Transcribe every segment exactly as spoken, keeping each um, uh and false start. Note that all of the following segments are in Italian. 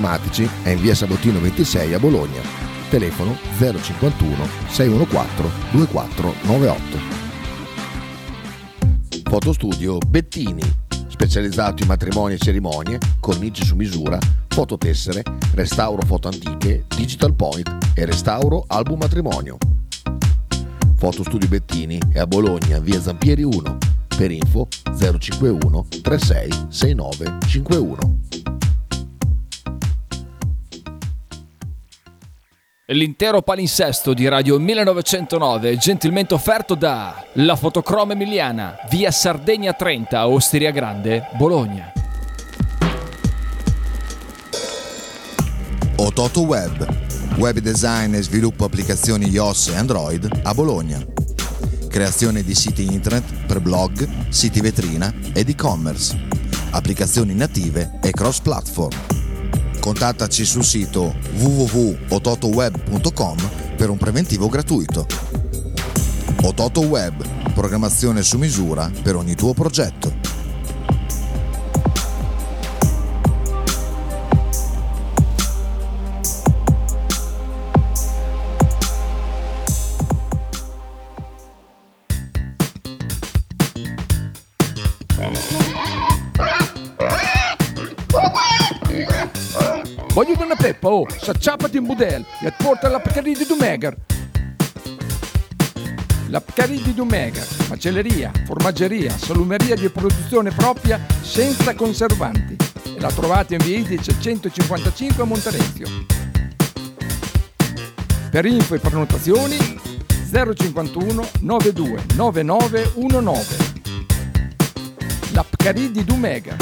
telematici è in via Sabotino ventisei a Bologna. Telefono zero cinquantuno sei quattordici due quattro nove otto. Fotostudio Bettini, specializzato in matrimoni e cerimonie, cornici su misura, fototessere, restauro foto antiche, digital point e restauro album matrimonio. Fotostudio Bettini è a Bologna, via Zampieri uno. Per info zero cinquantuno trentasei sessantanove cinquantuno. L'intero palinsesto di Radio millenovecentonove è gentilmente offerto da La Fotocroma Emiliana, via Sardegna trenta, Osteria Grande, Bologna. Ototo Web, web design e sviluppo applicazioni iOS e Android a Bologna. Creazione di siti internet per blog, siti vetrina ed e-commerce, applicazioni native e cross-platform. Contattaci sul sito w w w punto ototoweb punto com per un preventivo gratuito. Ototo Web, programmazione su misura per ogni tuo progetto. Voglio una peppa, oh, s'acciappati in budel e porta la Pcaridi di Dumegar. La Pcaridi di Dumegar, macelleria, formaggeria, salumeria di produzione propria senza conservanti. E la trovate in via Idice centocinquantacinque a Monterezio. Per info e prenotazioni zero cinquantuno novantadue novantanove diciannove. La Pcaridi di Dumegar.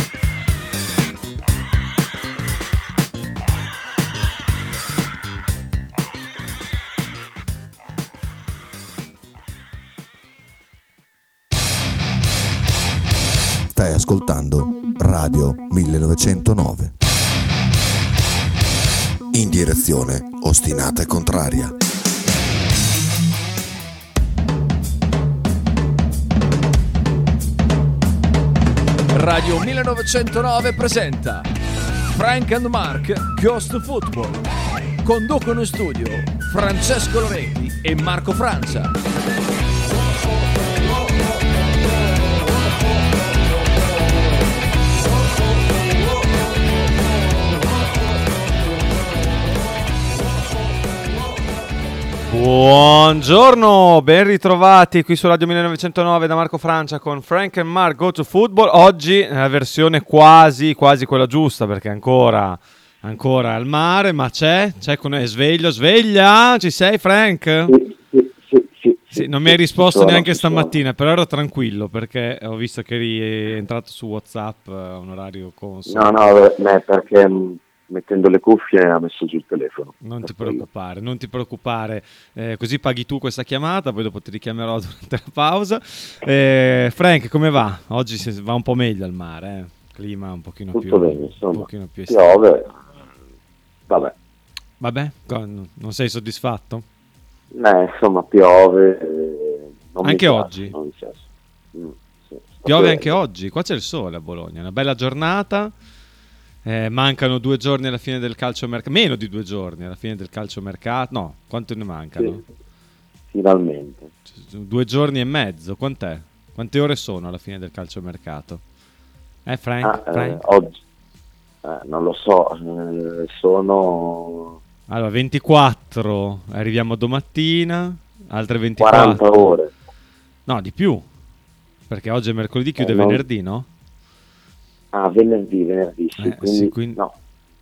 Stai ascoltando Radio millenovecentonove. In direzione ostinata e contraria. Radio millenovecentonove presenta Frank and Mark Ghost Football. Conducono in studio Francesco Loretti e Marco Francia. Buongiorno, ben ritrovati qui su Radio millenovecentonove da Marco Francia con Frank and Mark Go to Football. Oggi la versione quasi, quasi quella giusta, perché ancora, ancora al mare, ma c'è, c'è con noi, sveglio, sveglia, ci sei Frank? Sì, sì, sì, sì, sì, non sì, mi hai risposto sono, neanche sono. stamattina, però ero tranquillo perché ho visto che eri entrato su WhatsApp a un orario consono. No, no, beh, perché mh, mettendo le cuffie ha messo giù il telefono. Non ti preoccupare, non ti preoccupare, eh, così paghi tu questa chiamata, poi dopo ti richiamerò durante la pausa. Eh, Frank, come va? Oggi si va un po' meglio al mare, eh? Clima un pochino Tutto più, bene, insomma, un pochino più estivo. piove, vabbè. Vabbè, non sei soddisfatto? Eh, insomma, piove. Eh, non anche mi oggi? piace, non mi piace. Mm, sì, piove anche oggi? Qua c'è il sole a Bologna, una bella giornata. Eh, mancano due giorni alla fine del calciomercato, meno di due giorni alla fine del calciomercato. No, quanto ne mancano? Sì, finalmente. Due giorni e mezzo, quant'è? Quante ore sono alla fine del calciomercato? Eh, Frank? Ah, Frank? eh, oggi, eh, non lo so, eh, sono Allora, ventiquattro, arriviamo domattina, altre ventiquattro. quaranta ore. No, di più, perché oggi è mercoledì, chiude Eh, non- venerdì, no? Ah, venerdì, venerdì, sì, Eh, quindi, sì, quindi- no.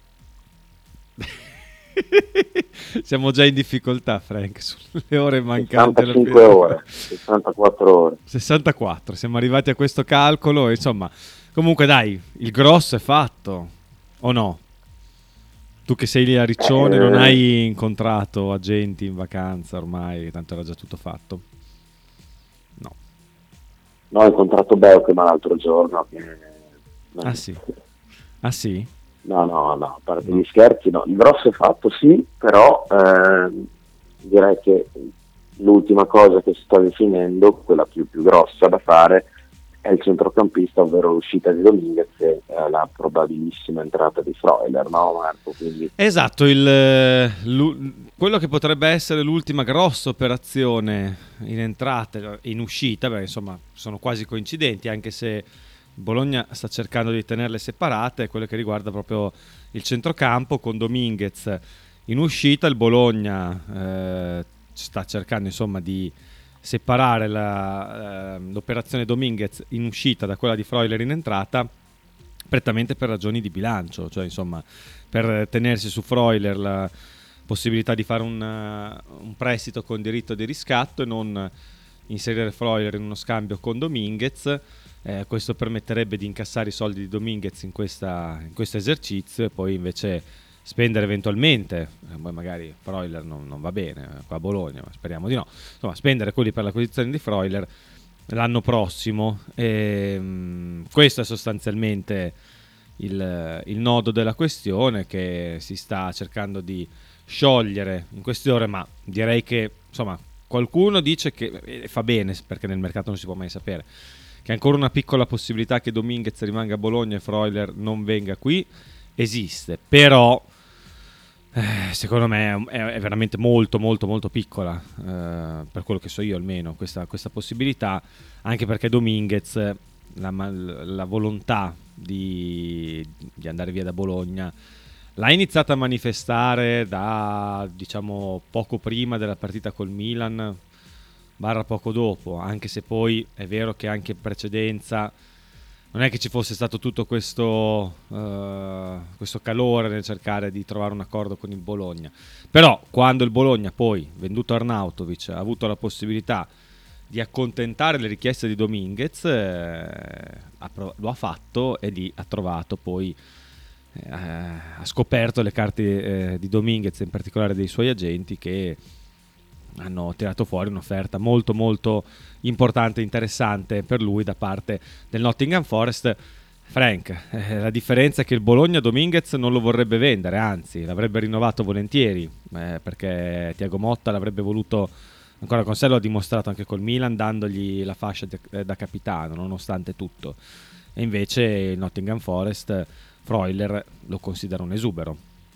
Siamo già in difficoltà, Frank, sulle ore mancanti. alla fine. sessantacinque ore, sessantaquattro ore. sessantaquattro, siamo arrivati a questo calcolo, insomma, comunque dai, il grosso è fatto, o no? Tu che sei lì a Riccione, Eh. non hai incontrato agenti in vacanza ormai, tanto era già tutto fatto? No. No, ho incontrato Beuke ma l'altro giorno. che- Ah sì? Ah sì? No, no, no, a parte gli scherzi, no. Il grosso è fatto, sì, però ehm, direi che l'ultima cosa che si sta definendo, quella più, più grossa da fare, è il centrocampista, ovvero l'uscita di Dominguez e eh, la probabilissima entrata di Freuler, no Marco? Quindi... Esatto, il, quello che potrebbe essere l'ultima grossa operazione in entrata e in uscita, perché insomma sono quasi coincidenti, anche se Bologna sta cercando di tenerle separate, è quello che riguarda proprio il centrocampo con Dominguez in uscita. Il Bologna eh, sta cercando insomma di separare la, eh, l'operazione Dominguez in uscita da quella di Freuler in entrata, prettamente per ragioni di bilancio, cioè insomma per tenersi su Freuler la possibilità di fare un, uh, un prestito con diritto di riscatto e non inserire Freuler in uno scambio con Dominguez. Eh, questo permetterebbe di incassare i soldi di Dominguez in, questa, in questo esercizio e poi invece spendere eventualmente, eh, magari Freuler non, non va bene eh, qua a Bologna, ma speriamo di no, insomma spendere quelli per l'acquisizione di Freuler l'anno prossimo. E, mh, questo è sostanzialmente il, il nodo della questione che si sta cercando di sciogliere in queste ore, ma direi che insomma qualcuno dice che eh, fa bene, perché nel mercato non si può mai sapere, che ancora una piccola possibilità che Dominguez rimanga a Bologna e Freuler non venga qui esiste, però eh, secondo me è, è veramente molto molto molto piccola, eh, per quello che so io almeno, questa, questa possibilità, anche perché Dominguez la, la volontà di, di andare via da Bologna l'ha iniziata a manifestare da, diciamo, poco prima della partita col Milan barra poco dopo, anche se poi è vero che anche in precedenza non è che ci fosse stato tutto questo, uh, questo calore nel cercare di trovare un accordo con il Bologna. Però quando il Bologna poi, venduto Arnautovic, ha avuto la possibilità di accontentare le richieste di Dominguez, eh, ha prov- lo ha fatto e lì ha trovato poi, eh, ha scoperto le carte eh, di Dominguez, in particolare dei suoi agenti, che hanno tirato fuori un'offerta molto molto importante e interessante per lui da parte del Nottingham Forest. Frank, eh, la differenza è che il Bologna Dominguez non lo vorrebbe vendere, anzi l'avrebbe rinnovato volentieri, eh, perché Thiago Motta l'avrebbe voluto ancora con sé, lo ha dimostrato anche col Milan dandogli la fascia de- eh, da capitano nonostante tutto, e invece il Nottingham Forest Freuler lo considera un esubero.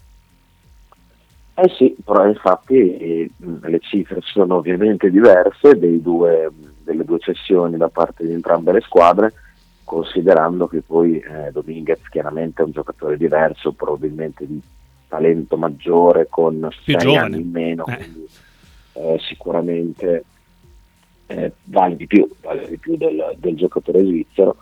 Eh sì, però infatti eh, le cifre sono ovviamente diverse dei due, delle due cessioni da parte di entrambe le squadre, considerando che poi eh, Dominguez chiaramente è un giocatore diverso, probabilmente di talento maggiore, con più sei giovane anni in meno, eh. quindi eh, sicuramente eh, vale di più, vale di più del, del giocatore svizzero.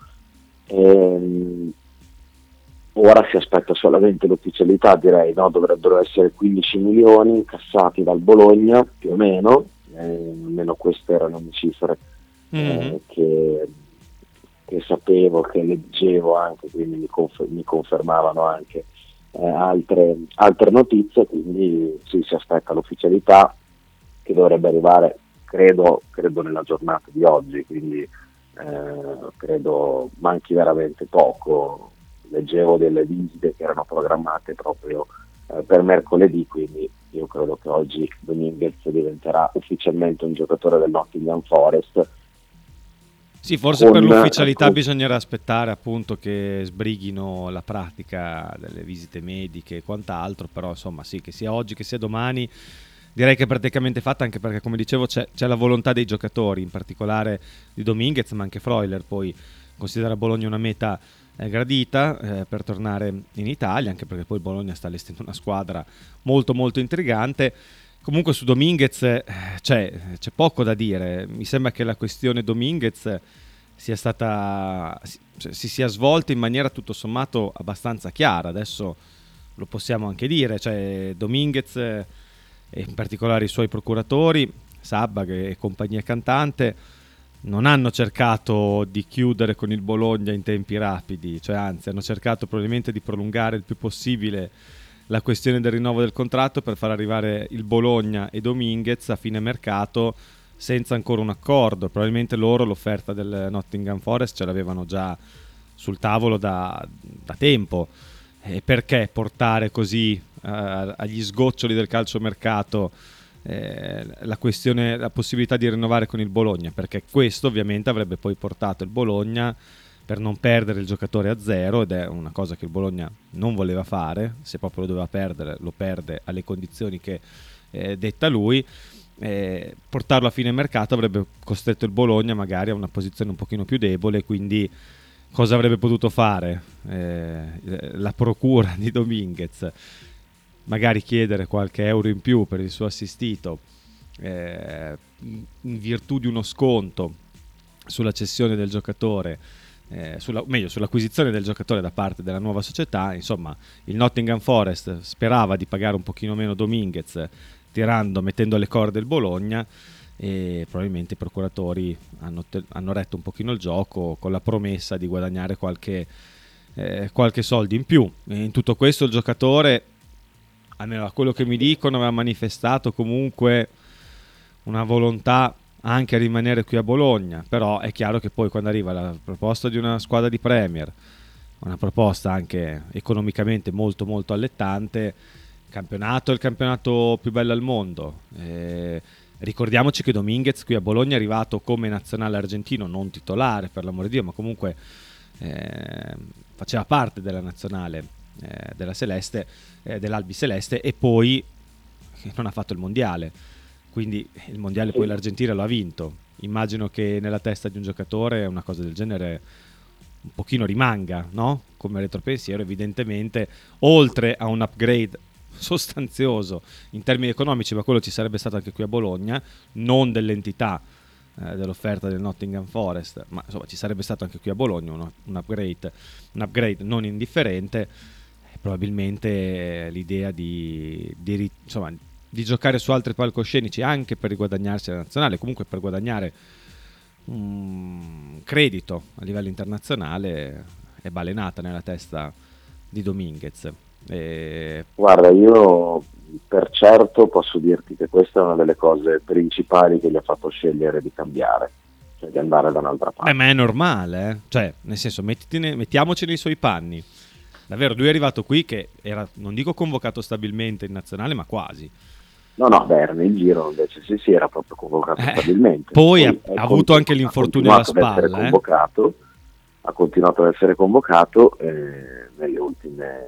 Ehm, Ora si aspetta solamente l'ufficialità, direi, no? Dovrebbero essere quindici milioni incassati dal Bologna, più o meno, eh, almeno queste erano le cifre eh, Mm-hmm. che, che sapevo, che leggevo anche, quindi mi, confer- mi confermavano anche eh, altre, altre notizie, quindi sì, si aspetta l'ufficialità che dovrebbe arrivare, credo, credo nella giornata di oggi, quindi eh, credo manchi veramente poco. Leggevo delle visite che erano programmate proprio eh, per mercoledì, quindi io credo che oggi Dominguez diventerà ufficialmente un giocatore del Nottingham Forest. Sì, forse con, per l'ufficialità eh, bisognerà aspettare appunto che sbrighino la pratica delle visite mediche e quant'altro, però insomma sì, che sia oggi che sia domani direi che è praticamente fatta, anche perché come dicevo c'è, c'è la volontà dei giocatori, in particolare di Dominguez, ma anche Freuler poi considera Bologna una meta eh, gradita eh, per tornare in Italia, anche perché poi Bologna sta allestendo una squadra molto molto intrigante. Comunque su Dominguez eh, c'è, c'è poco da dire, mi sembra che la questione Dominguez sia stata si, si sia svolta in maniera tutto sommato abbastanza chiara, adesso lo possiamo anche dire, cioè Dominguez e in particolare i suoi procuratori Sabag e compagnia cantante non hanno cercato di chiudere con il Bologna in tempi rapidi, cioè anzi hanno cercato probabilmente di prolungare il più possibile la questione del rinnovo del contratto per far arrivare il Bologna e Dominguez a fine mercato senza ancora un accordo. Probabilmente loro l'offerta del Nottingham Forest ce l'avevano già sul tavolo da, da tempo, e perché portare così uh, agli sgoccioli del calciomercato eh, la questione, la possibilità di rinnovare con il Bologna, perché questo ovviamente avrebbe poi portato il Bologna, per non perdere il giocatore a zero, ed è una cosa che il Bologna non voleva fare, se proprio lo doveva perdere lo perde alle condizioni che eh, detta lui. Eh, portarlo a fine mercato avrebbe costretto il Bologna magari a una posizione un pochino più debole, quindi cosa avrebbe potuto fare eh, la procura di Dominguez? Magari chiedere qualche euro in più per il suo assistito eh, in virtù di uno sconto sulla cessione del giocatore, eh, sulla, meglio sull'acquisizione del giocatore da parte della nuova società. Insomma, il Nottingham Forest sperava di pagare un pochino meno Dominguez, tirando, mettendo alle corde il Bologna, e probabilmente i procuratori hanno, te- hanno retto un pochino il gioco con la promessa di guadagnare qualche, eh, qualche soldi in più. E in tutto questo il giocatore, almeno a quello che mi dicono, aveva manifestato comunque una volontà anche a rimanere qui a Bologna, però è chiaro che poi quando arriva la proposta di una squadra di Premier, una proposta anche economicamente molto molto allettante, campionato è il campionato più bello al mondo, eh, ricordiamoci che Dominguez qui a Bologna è arrivato come nazionale argentino, non titolare per l'amore di Dio, ma comunque eh, faceva parte della nazionale eh, della Celeste, eh, dell'Albi Celeste, e poi non ha fatto il mondiale, quindi il mondiale poi l'Argentina lo ha vinto. Immagino che nella testa di un giocatore una cosa del genere un pochino rimanga, no? Come retropensiero, evidentemente, oltre a un upgrade sostanzioso in termini economici, ma quello ci sarebbe stato anche qui a Bologna, non dell'entità eh, dell'offerta del Nottingham Forest, ma insomma ci sarebbe stato anche qui a Bologna uno, un upgrade un upgrade non indifferente, e probabilmente l'idea di, di, insomma, di giocare su altri palcoscenici anche per riguadagnarsi la nazionale, comunque per guadagnare un credito a livello internazionale, è balenata nella testa di Dominguez. E... Guarda, io per certo posso dirti che questa è una delle cose principali che gli ha fatto scegliere di cambiare, cioè di andare da un'altra parte. Eh, ma è normale, eh? Cioè, nel senso, mettitene, mettiamoci nei suoi panni. Davvero, lui è arrivato qui che era, non dico convocato stabilmente in nazionale, ma quasi. No, no, beh, era nel giro invece, sì, sì, era proprio convocato eh, stabilmente. Poi, poi ha, ha avuto anche l'infortunio alla spalla. Convocato, eh? Ha continuato ad essere convocato eh, nelle ultime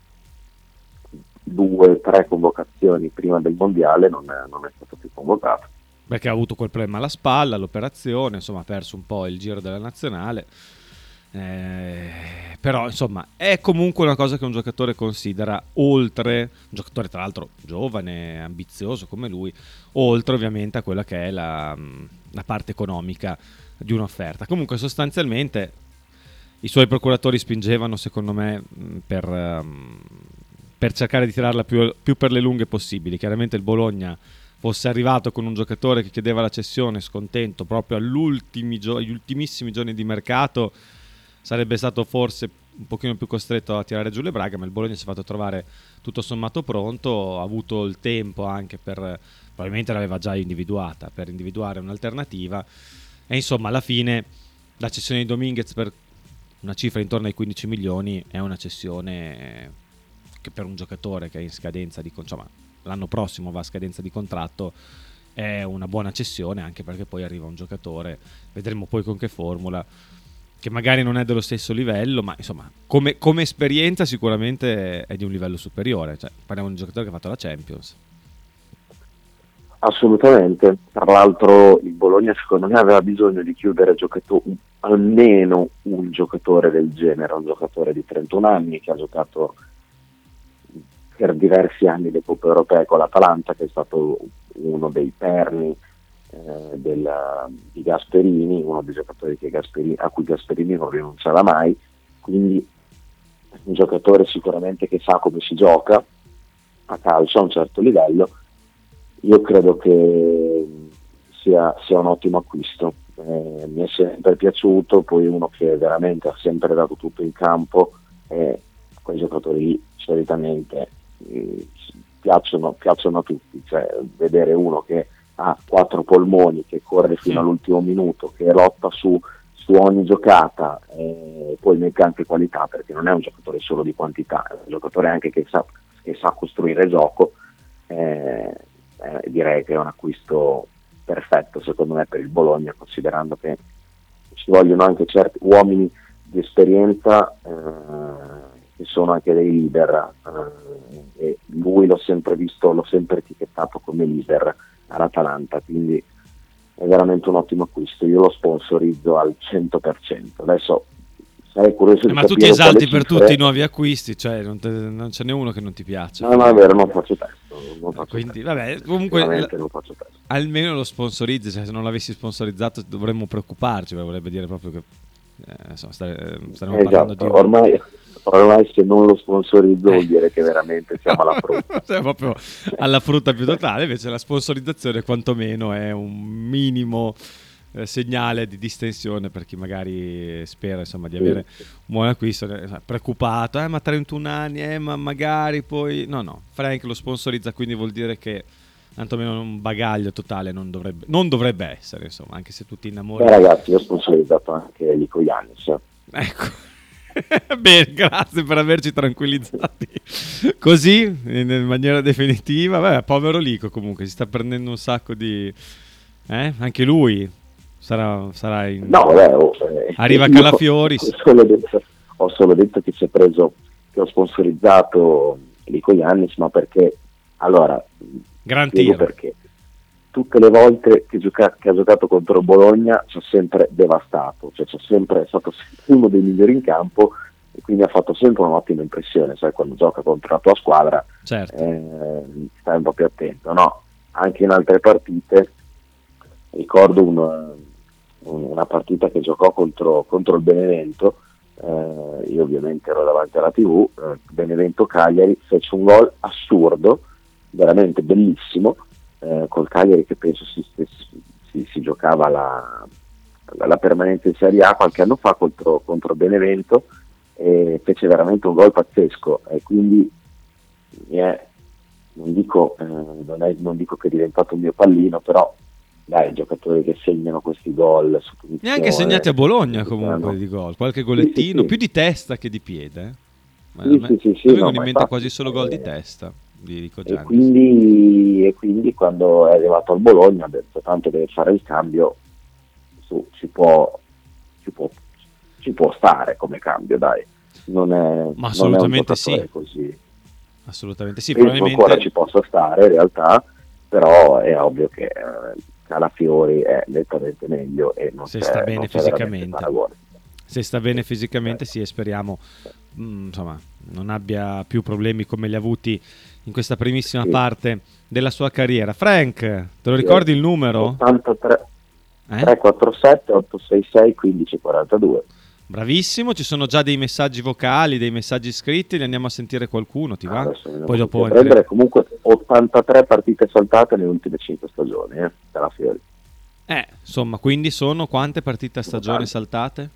due, tre convocazioni prima del mondiale non è, non è stato più convocato. Perché ha avuto quel problema alla spalla, l'operazione, insomma ha perso un po' il giro della nazionale. Eh, però insomma è comunque una cosa che un giocatore considera, oltre, un giocatore tra l'altro giovane, ambizioso come lui, oltre ovviamente a quella che è la, la parte economica di un'offerta. Comunque sostanzialmente i suoi procuratori spingevano, secondo me, per, um, per cercare di tirarla più, più per le lunghe possibili. Chiaramente il Bologna fosse arrivato con un giocatore che chiedeva la cessione scontento proprio all'ultimi gio- agli ultimissimi giorni di mercato, sarebbe stato forse un pochino più costretto a tirare giù le braghe, ma il Bologna si è fatto trovare tutto sommato pronto, ha avuto il tempo anche per, probabilmente l'aveva già individuata, per individuare un'alternativa, e insomma alla fine la cessione di Dominguez per una cifra intorno ai quindici milioni è una cessione che per un giocatore che è in scadenza di, insomma, l'anno prossimo va a scadenza di contratto, è una buona cessione, anche perché poi arriva un giocatore, vedremo poi con che formula, che magari non è dello stesso livello, ma insomma come, come esperienza sicuramente è di un livello superiore, cioè parliamo di un giocatore che ha fatto la Champions. Assolutamente, tra l'altro il Bologna secondo me aveva bisogno di chiudere giocato- almeno un giocatore del genere, un giocatore di trentuno anni che ha giocato per diversi anni le coppe europee con l'Atalanta, che è stato uno dei perni eh, del, di Gasperini, uno dei giocatori che Gasperini, a cui Gasperini non rinunciava mai, quindi un giocatore sicuramente che sa come si gioca a calcio a un certo livello. Io credo che sia, sia un ottimo acquisto, eh, mi è sempre piaciuto, poi uno che veramente ha sempre dato tutto in campo, e quei giocatori lì solitamente eh, piacciono, piacciono a tutti, cioè vedere uno che ha quattro polmoni, che corre fino all'ultimo minuto, che lotta su, su ogni giocata, e poi mette anche qualità, perché non è un giocatore solo di quantità, è un giocatore anche che sa, che sa costruire gioco, eh, eh, direi che è un acquisto perfetto secondo me per il Bologna, considerando che ci vogliono anche certi uomini di esperienza eh, che sono anche dei leader, eh, e lui l'ho sempre visto, l'ho sempre etichettato come leader all'Atalanta, quindi è veramente un ottimo acquisto. Io lo sponsorizzo al cento per cento. Adesso sarei curioso Eh, di ma tu ti capire esalti quale per cifre- tutti i nuovi acquisti, cioè non, te- non ce n'è uno che non ti piace. No, no, è vero, non faccio testo. Non faccio Quindi, testo. vabbè, comunque Sicuramente la- non faccio testo. almeno lo sponsorizzi, cioè se non l'avessi sponsorizzato dovremmo preoccuparci, perché vorrebbe dire proprio che eh, insomma, stare- staremo parlando Esatto, di un- ormai, ormai se non lo sponsorizzo vuol dire che veramente siamo alla frutta. cioè proprio alla frutta più totale. Invece la sponsorizzazione quantomeno è un minimo eh, segnale di distensione per chi magari spera, insomma, di avere un buon acquisto, eh, preoccupato, eh, ma trentuno anni, eh, ma magari poi no no Frank lo sponsorizza, quindi vuol dire che tantomeno un bagaglio totale non dovrebbe, non dovrebbe essere, insomma, anche se tu ti innamori. Eh, ragazzi, io ho sponsorizzato anche Lico Yannis. Ecco. Bene, grazie per averci tranquillizzati così in maniera definitiva. Beh, povero Lico, comunque si sta prendendo un sacco di eh? Anche lui sarà, sarà in... No, vabbè, oh, eh, arriva a io Calafiori. Ho solo, detto, ho solo detto che si è preso, che ho sponsorizzato Lico Yannis, ma perché allora Gran spiego tiro. perché tutte le volte che, gioca- che ha giocato contro il Bologna ci ha sempre devastato, cioè c'è sempre, è stato sempre uno dei migliori in campo e quindi ha fatto sempre un'ottima impressione. Sai, quando gioca contro la tua squadra Certo. eh, stai un po' più attento, no? Anche in altre partite ricordo un, un, una partita che giocò contro, contro il Benevento, eh, io ovviamente ero davanti alla tivù, eh, Benevento-Cagliari, fece un gol assurdo, veramente bellissimo, eh, col Cagliari che penso si, si, si, si giocava la, la permanenza in Serie A qualche anno fa contro, contro Benevento, e fece veramente un gol pazzesco, e quindi eh, non, dico, eh, non, è, non dico che è diventato un mio pallino, però dai, giocatori che segnano questi gol su punizione, Neanche segnati a Bologna eh, comunque no. di gol, qualche gollettino, Sì, sì, sì. più di testa che di piede. eh. Ma Sì, a me- sì, sì, sì, mi no, vengono ma in mente infatti, quasi solo gol di eh, testa di Rico E Giannis. quindi, e quindi quando è arrivato al Bologna ha detto tanto deve fare il cambio, su, ci, può, ci, può, ci può stare come cambio, dai, non è, Ma non è un assolutamente giocatore sì. così. Assolutamente sì, Penso probabilmente ancora ci possa stare in realtà, però è ovvio che eh, Calafiori è nettamente meglio e non se c'è, sta bene non c'è veramente fisicamente. paragone. Se sta bene fisicamente sì, e speriamo mh, insomma non abbia più problemi come li ha avuti in questa primissima Sì. parte della sua carriera. Frank, te lo ricordi il numero? ottantatré Eh? tre quattro sette otto sei sei quindici quarantadue. Bravissimo, ci sono già dei messaggi vocali, dei messaggi scritti, li andiamo a sentire qualcuno, ti va? Adesso ne Poi devo dopo prendere entreremo- comunque ottantatré partite saltate nelle ultime cinque stagioni, eh, Calafiori. Eh, insomma, quindi sono quante partite a stagione Tante. saltate?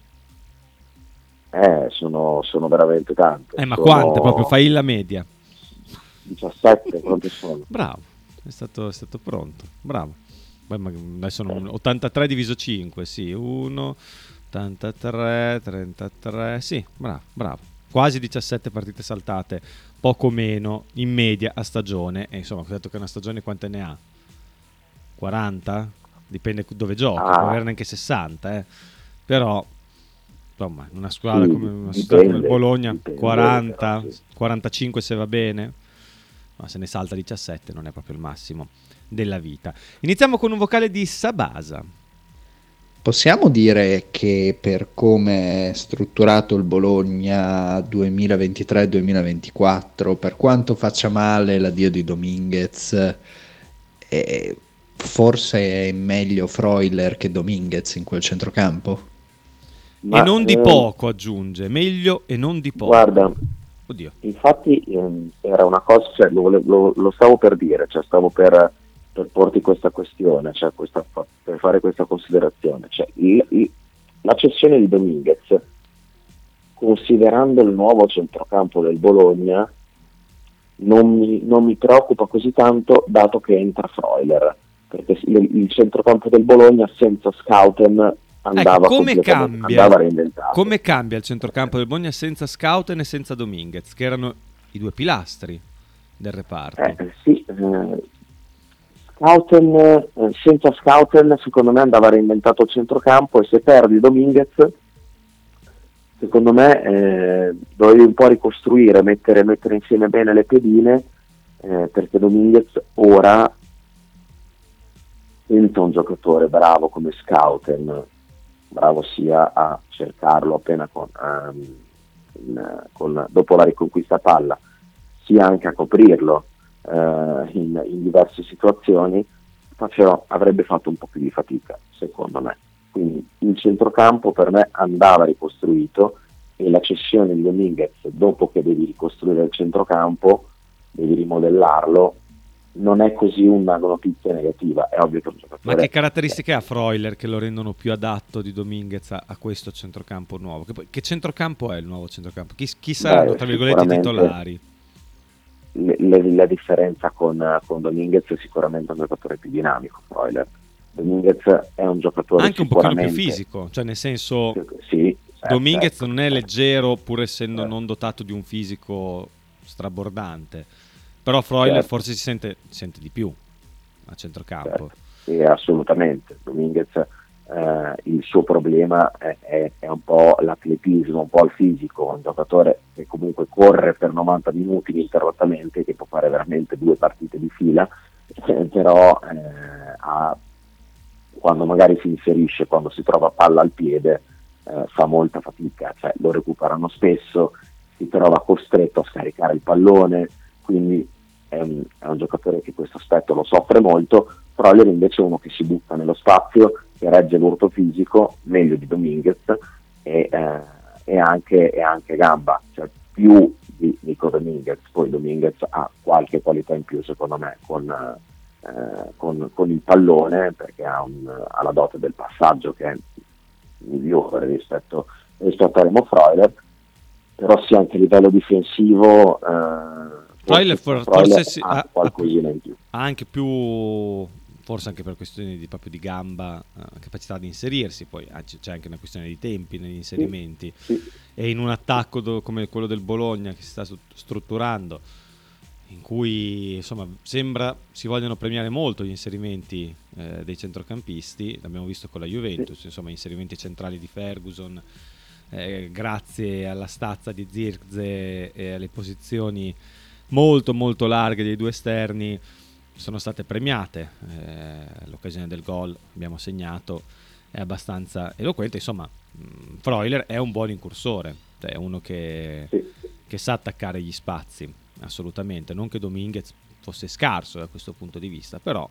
Eh, sono, sono veramente tante. Eh, ma Sono quante? Proprio fai la media. diciassette, quante sono? Bravo, è stato, è stato pronto, bravo. Beh, ma adesso non- ottantatré diviso cinque, sì, uno, ottantatré, trentatré, sì, bravo, bravo. Quasi diciassette partite saltate, poco meno in media a stagione. E insomma, ho detto che una stagione quante ne ha? quaranta? Dipende dove giochi, Ah. può averne anche sessanta, eh. Però insomma, in una squadra Sì, come, una dipende, società come il Bologna, dipende, quaranta, però sì. quarantacinque se va bene, ma se ne salta diciassette non è proprio il massimo della vita. Iniziamo con un vocale di Sabasa. Possiamo dire che per come è strutturato il Bologna duemilaventitré duemilaventiquattro, per quanto faccia male l'addio di Dominguez, eh, forse è meglio Freuler che Dominguez in quel centrocampo? Ma, e non di eh, poco, aggiunge, meglio e non di poco. Guarda, Oddio. infatti ehm, era una cosa, cioè, lo, lo- lo stavo per dire, cioè stavo per, per porti questa questione, cioè questa, per fare questa considerazione. Cioè, il- il- la cessione di Dominguez, considerando il nuovo centrocampo del Bologna, non mi, non mi preoccupa così tanto, dato che entra Freuler, perché il, il centrocampo del Bologna senza Scouten andava Ecco, come completamente- cambia, andava reinventato. come cambia il centrocampo del Bologna senza Scouten e senza Dominguez, che erano i due pilastri del reparto. Eh, sì, eh, Schouten, eh, senza Schouten secondo me andava reinventato il centrocampo, e se perdi Dominguez secondo me eh, dovevi un po' ricostruire, mettere, mettere insieme bene le pedine, eh, perché Dominguez ora, senza un giocatore bravo come Schouten, bravo sia a cercarlo appena con, um, in, con, dopo la riconquista palla, sia anche a coprirlo uh, in, in diverse situazioni, faceva, avrebbe fatto un po' più di fatica, secondo me. Quindi il centrocampo per me andava ricostruito, e la cessione di Dominguez, dopo che devi ricostruire il centrocampo, devi rimodellarlo, non è così una notizia negativa. È ovvio che un giocatore... Ma che caratteristiche ha Freuler che lo rendono più adatto di Dominguez a, a questo centrocampo nuovo? Che, poi, che centrocampo è il nuovo centrocampo? Chi, chi saranno, Beh, tra virgolette, i titolari? Le, le, la differenza con, con Dominguez è sicuramente un giocatore più dinamico. Freuler. Dominguez è un giocatore anche un pochino più fisico, cioè nel senso... Sì, certo, Dominguez certo. non è leggero, pur essendo certo. non dotato di un fisico strabordante, però Freuler certo. forse si sente, si sente di più a centrocampo. Certo. Sì, assolutamente. Dominguez, eh, il suo problema è, è, è un po' l'atletismo, un po' il fisico, un giocatore che comunque corre per novanta minuti ininterrottamente, che può fare veramente due partite di fila, eh, però eh, ha, quando magari si inserisce, quando si trova palla al piede, eh, fa molta fatica, cioè lo recuperano spesso, si trova costretto a scaricare il pallone, quindi è un, è un giocatore che questo aspetto lo soffre molto. Freuler invece è uno che si butta nello spazio, che regge l'urto fisico meglio di Dominguez, e, eh, e, anche, e anche gamba, cioè più di Nico Dominguez. Poi Dominguez ha qualche qualità in più secondo me con, eh, con, con il pallone, perché ha, un, ha la dote del passaggio che è migliore rispetto, rispetto a Remo Freuler, però sì, anche a livello difensivo eh, Freuler forse, forse, Freuler si, ha ha, qualcosina in più. Ha anche più, forse anche per questioni di, proprio di gamba, eh, capacità di inserirsi, poi ah, c'è anche una questione di tempi negli inserimenti, sì, sì. E in un attacco do, come quello del Bologna che si sta strutturando, in cui insomma sembra si vogliono premiare molto gli inserimenti eh, dei centrocampisti, l'abbiamo visto con la Juventus, sì. Insomma inserimenti centrali di Ferguson, eh, grazie alla stazza di Zirkzee e alle posizioni molto molto larghe dei due esterni sono state premiate. Eh, l'occasione del gol abbiamo segnato è abbastanza eloquente. Insomma, mh, Freuler è un buon incursore, cioè è uno che, Sì. che sa attaccare gli spazi, assolutamente. Non che Dominguez fosse scarso da questo punto di vista, però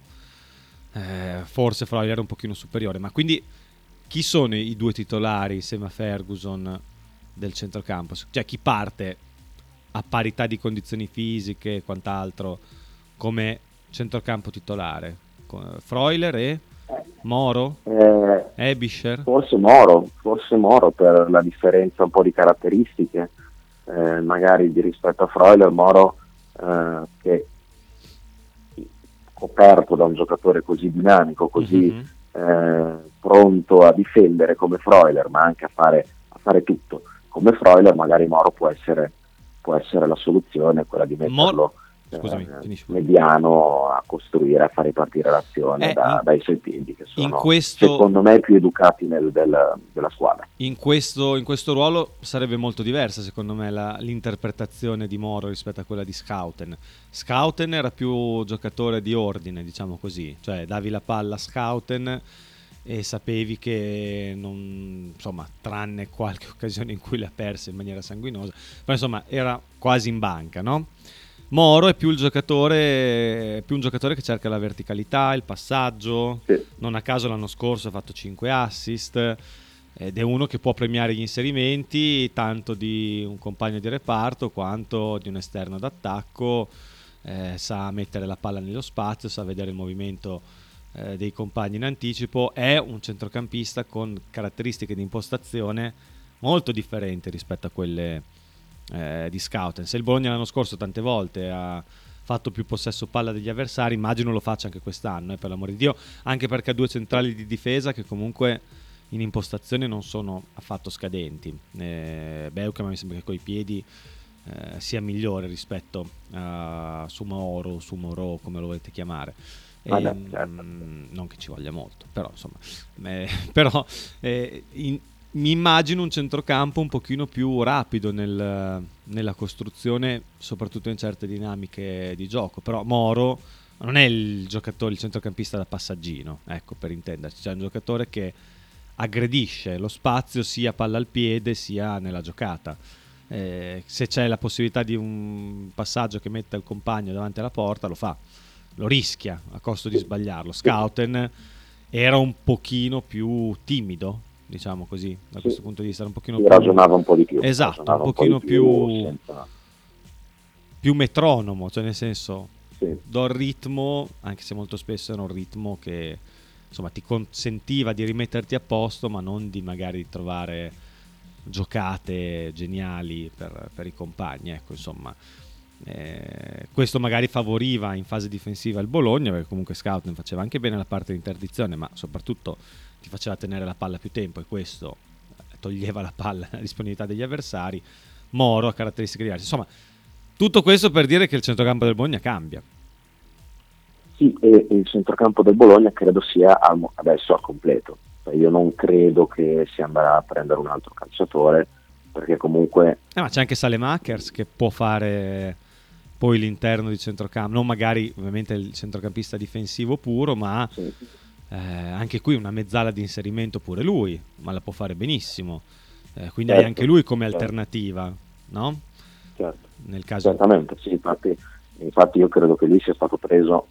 eh, forse Freuler è un pochino superiore. Ma quindi chi sono i due titolari insieme a Ferguson del centrocampo? Cioè chi parte a parità di condizioni fisiche e quant'altro come centrocampo titolare? Freuler e Moro? Eh, Ebischer? Forse Moro, forse Moro per la differenza un po' di caratteristiche, eh, magari di rispetto a Freuler. Moro eh, che coperto da un giocatore così dinamico, così Mm-hmm. eh, pronto a difendere come Freuler, ma anche a fare, a fare tutto come Freuler, magari Moro può essere può essere la soluzione, quella di metterlo Mor- Scusami, eh, mediano a costruire, a far ripartire l'azione eh, da, in, dai suoi piedi, che sono questo, secondo me più educati nel, del, della squadra. In questo, in questo ruolo sarebbe molto diversa secondo me la, l'interpretazione di Moro rispetto a quella di Schouten. Schouten era più giocatore di ordine, diciamo così, cioè davi la palla a Schouten e sapevi che non, insomma, tranne qualche occasione in cui l'ha persa in maniera sanguinosa, però insomma era quasi in banca, no? Moro è più il giocatore, più un giocatore che cerca la verticalità, il passaggio, Sì. Non a caso l'anno scorso ha fatto cinque assist ed è uno che può premiare gli inserimenti tanto di un compagno di reparto quanto di un esterno d'attacco, eh, sa mettere la palla nello spazio, sa vedere il movimento eh, dei compagni in anticipo, è un centrocampista con caratteristiche di impostazione molto differenti rispetto a quelle eh, di Schouten. Se il Bologna l'anno scorso tante volte ha fatto più possesso palla degli avversari, immagino lo faccia anche quest'anno, eh, per l'amore di Dio, anche perché ha due centrali di difesa che comunque in impostazione non sono affatto scadenti. eh, Beukema mi sembra che coi piedi eh, sia migliore rispetto a Sumaoro, Sumoro, come lo volete chiamare, E, ah, no, certo. mh, non che ci voglia molto, però insomma, eh, però eh, in, mi immagino un centrocampo un pochino più rapido nel, nella costruzione, soprattutto in certe dinamiche di gioco. Però Moro non è il giocatore, il centrocampista da passaggino, ecco, per intenderci, c'è un giocatore che aggredisce lo spazio sia palla al piede sia nella giocata. Eh, se c'è la possibilità di un passaggio che metta il compagno davanti alla porta, lo fa, lo rischia a costo di sbagliarlo. Schouten era un pochino più timido, diciamo così, da sì. questo punto di vista, era un pochino sì, più... ragionava un po' di più, esatto, un un pochino po' di più, più, senza... più metronomo, cioè nel senso sì. do il ritmo, anche se molto spesso era un ritmo che insomma ti consentiva di rimetterti a posto, ma non di magari trovare giocate geniali per, per i compagni, ecco, insomma. Eh, questo magari favoriva in fase difensiva il Bologna, perché comunque Schouten faceva anche bene la parte di interdizione, ma soprattutto ti faceva tenere la palla più tempo, e questo toglieva la palla alla disponibilità degli avversari. Moro ha caratteristiche diverse. Insomma, tutto questo per dire che il centrocampo del Bologna cambia. Sì, e il centrocampo del Bologna credo sia al, adesso al completo. Cioè, io non credo che si andrà a prendere un altro calciatore, perché comunque... Eh, ma c'è anche Salemakers che può fare poi l'interno di centrocampo, non magari ovviamente il centrocampista difensivo puro, ma Sì. eh, anche qui una mezzala di inserimento pure lui, ma la può fare benissimo. Eh, quindi Certo, hai anche lui come certo. alternativa, no? Certo. Nel caso... Certamente, sì, infatti, infatti io credo che lui sia stato preso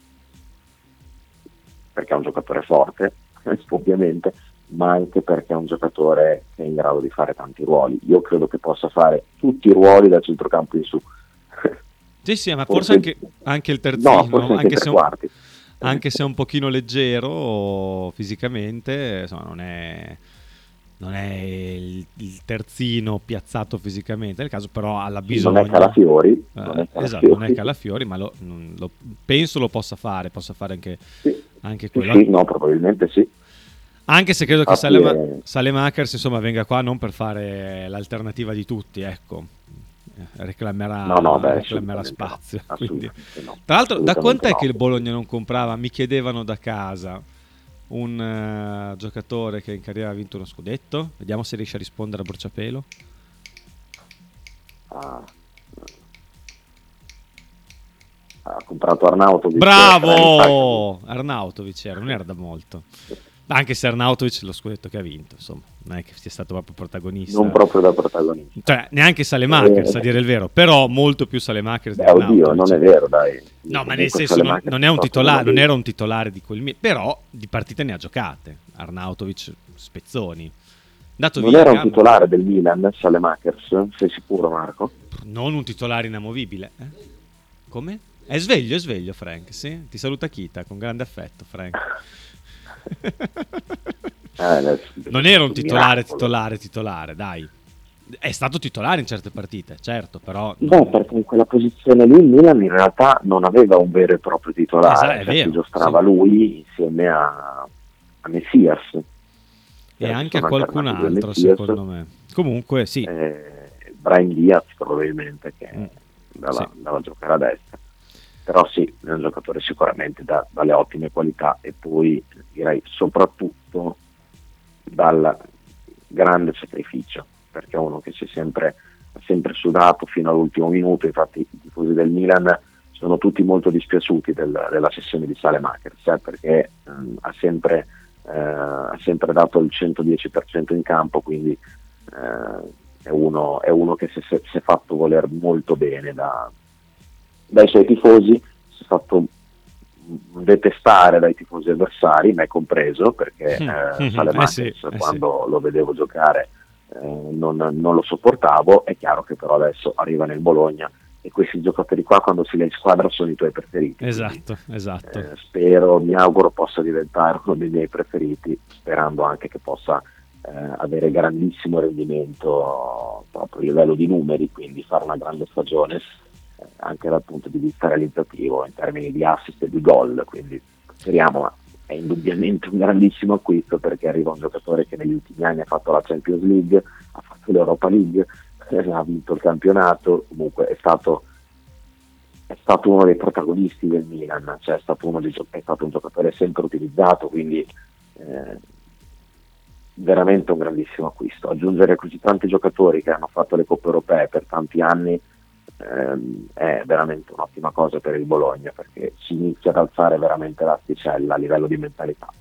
perché è un giocatore forte, ovviamente, ma anche perché è un giocatore che è in grado di fare tanti ruoli. Io credo che possa fare tutti i ruoli da centrocampo in su. Sì, sì, ma Forse- forse, anche, anche il terzino, No, forse anche, anche, i se tre un, quarti. anche se è un pochino leggero fisicamente, insomma, non è, non è il, il terzino piazzato fisicamente, nel caso però alla bisogno. Non è Calafiori, Eh, non è esatto, Calafiori. non è Calafiori, ma lo, mm, lo- penso lo possa fare, possa fare anche, Sì, anche sì, quello. sì, no, probabilmente sì. Anche se credo che Infatti Salema- è- Salemakers insomma venga qua non per fare l'alternativa di tutti, ecco. Eh, reclamerà, No, no, beh, reclamerà assolutamente no, spazio. Quindi. assolutamente no, Tra l'altro, da assolutamente quant'è no. che il Bologna non comprava? Mi chiedevano da casa un eh, giocatore che in carriera ha vinto uno scudetto. Vediamo se riesce a rispondere a bruciapelo. Ah, ha comprato Arnautovic. Bravo! Arnautovic era, non era da molto. Anche se Arnautovic lo scudetto che ha vinto, insomma, non è che sia stato proprio protagonista. Non proprio da protagonista. Cioè, neanche Salemakers, Eh, a dire il vero, però molto più Salemakers di Beh, oddio, Arnautovic. non è vero, dai. No, ma Comunque nel senso non, Salemakers non è un è stato titolare, uno non dei- era un titolare di quel mi- però di partite ne ha giocate. Arnautovic, spezzoni. Dato Non via era un Gamba- titolare del Milan, Salemakers? Sei sicuro, Marco? non un titolare inamovibile. eh? Come? È sveglio, è sveglio Frank, sì? Ti saluta Kita con grande affetto, Frank. Eh, adesso- Non era un titolare, miracolo. titolare, titolare, dai. È stato titolare in certe partite, certo, però... Beh, perché in quella posizione lì il Milan in realtà non aveva un vero e proprio titolare, Esatto, è cioè vero, si giostrava sì. lui insieme a, a Messias. E Era anche a sono qualcun alternativi a altro, Messias. secondo me. Comunque, sì. Eh, Brahim Diaz probabilmente che Mm. andava, Sì. andava a giocare a destra. Però sì, è un giocatore sicuramente da- dalle ottime qualità, e poi direi soprattutto dal grande sacrificio, perché è uno che si è sempre, ha sempre sudato fino all'ultimo minuto. Infatti i tifosi del Milan sono tutti molto dispiaciuti del- della sessione di Salemakers, eh, perché ehm, ha, sempre, eh, ha sempre dato il centodieci per cento in campo, quindi eh, è, uno, è uno che si è, si è fatto voler molto bene da, dai suoi tifosi, si è fatto detestare dai tifosi avversari, me compreso, perché eh, Salemakers, Eh sì, eh quando lo vedevo giocare eh, non, non lo sopportavo. È chiaro che però adesso arriva nel Bologna e questi giocatori qua, quando si è in squadra, sono i tuoi preferiti. Esatto, esatto. Eh, spero, mi auguro possa diventare uno dei miei preferiti, sperando anche che possa eh, avere grandissimo rendimento proprio a livello di numeri, quindi fare una grande stagione eh, anche dal punto di vista realizzativo in termini di assist e di gol. Quindi speriamo, ma è indubbiamente un grandissimo acquisto, perché arriva un giocatore che negli ultimi anni ha fatto la Champions League, ha fatto l'Europa League, eh, ha vinto il campionato, comunque è stato è stato uno dei protagonisti del Milan, cioè è stato, uno dei, è stato un giocatore sempre utilizzato, quindi eh, veramente un grandissimo acquisto. Aggiungere così tanti giocatori che hanno fatto le coppe europee per tanti anni ehm, è veramente un'ottima cosa per il Bologna, perché si inizia ad alzare veramente l'asticella a livello di mentalità.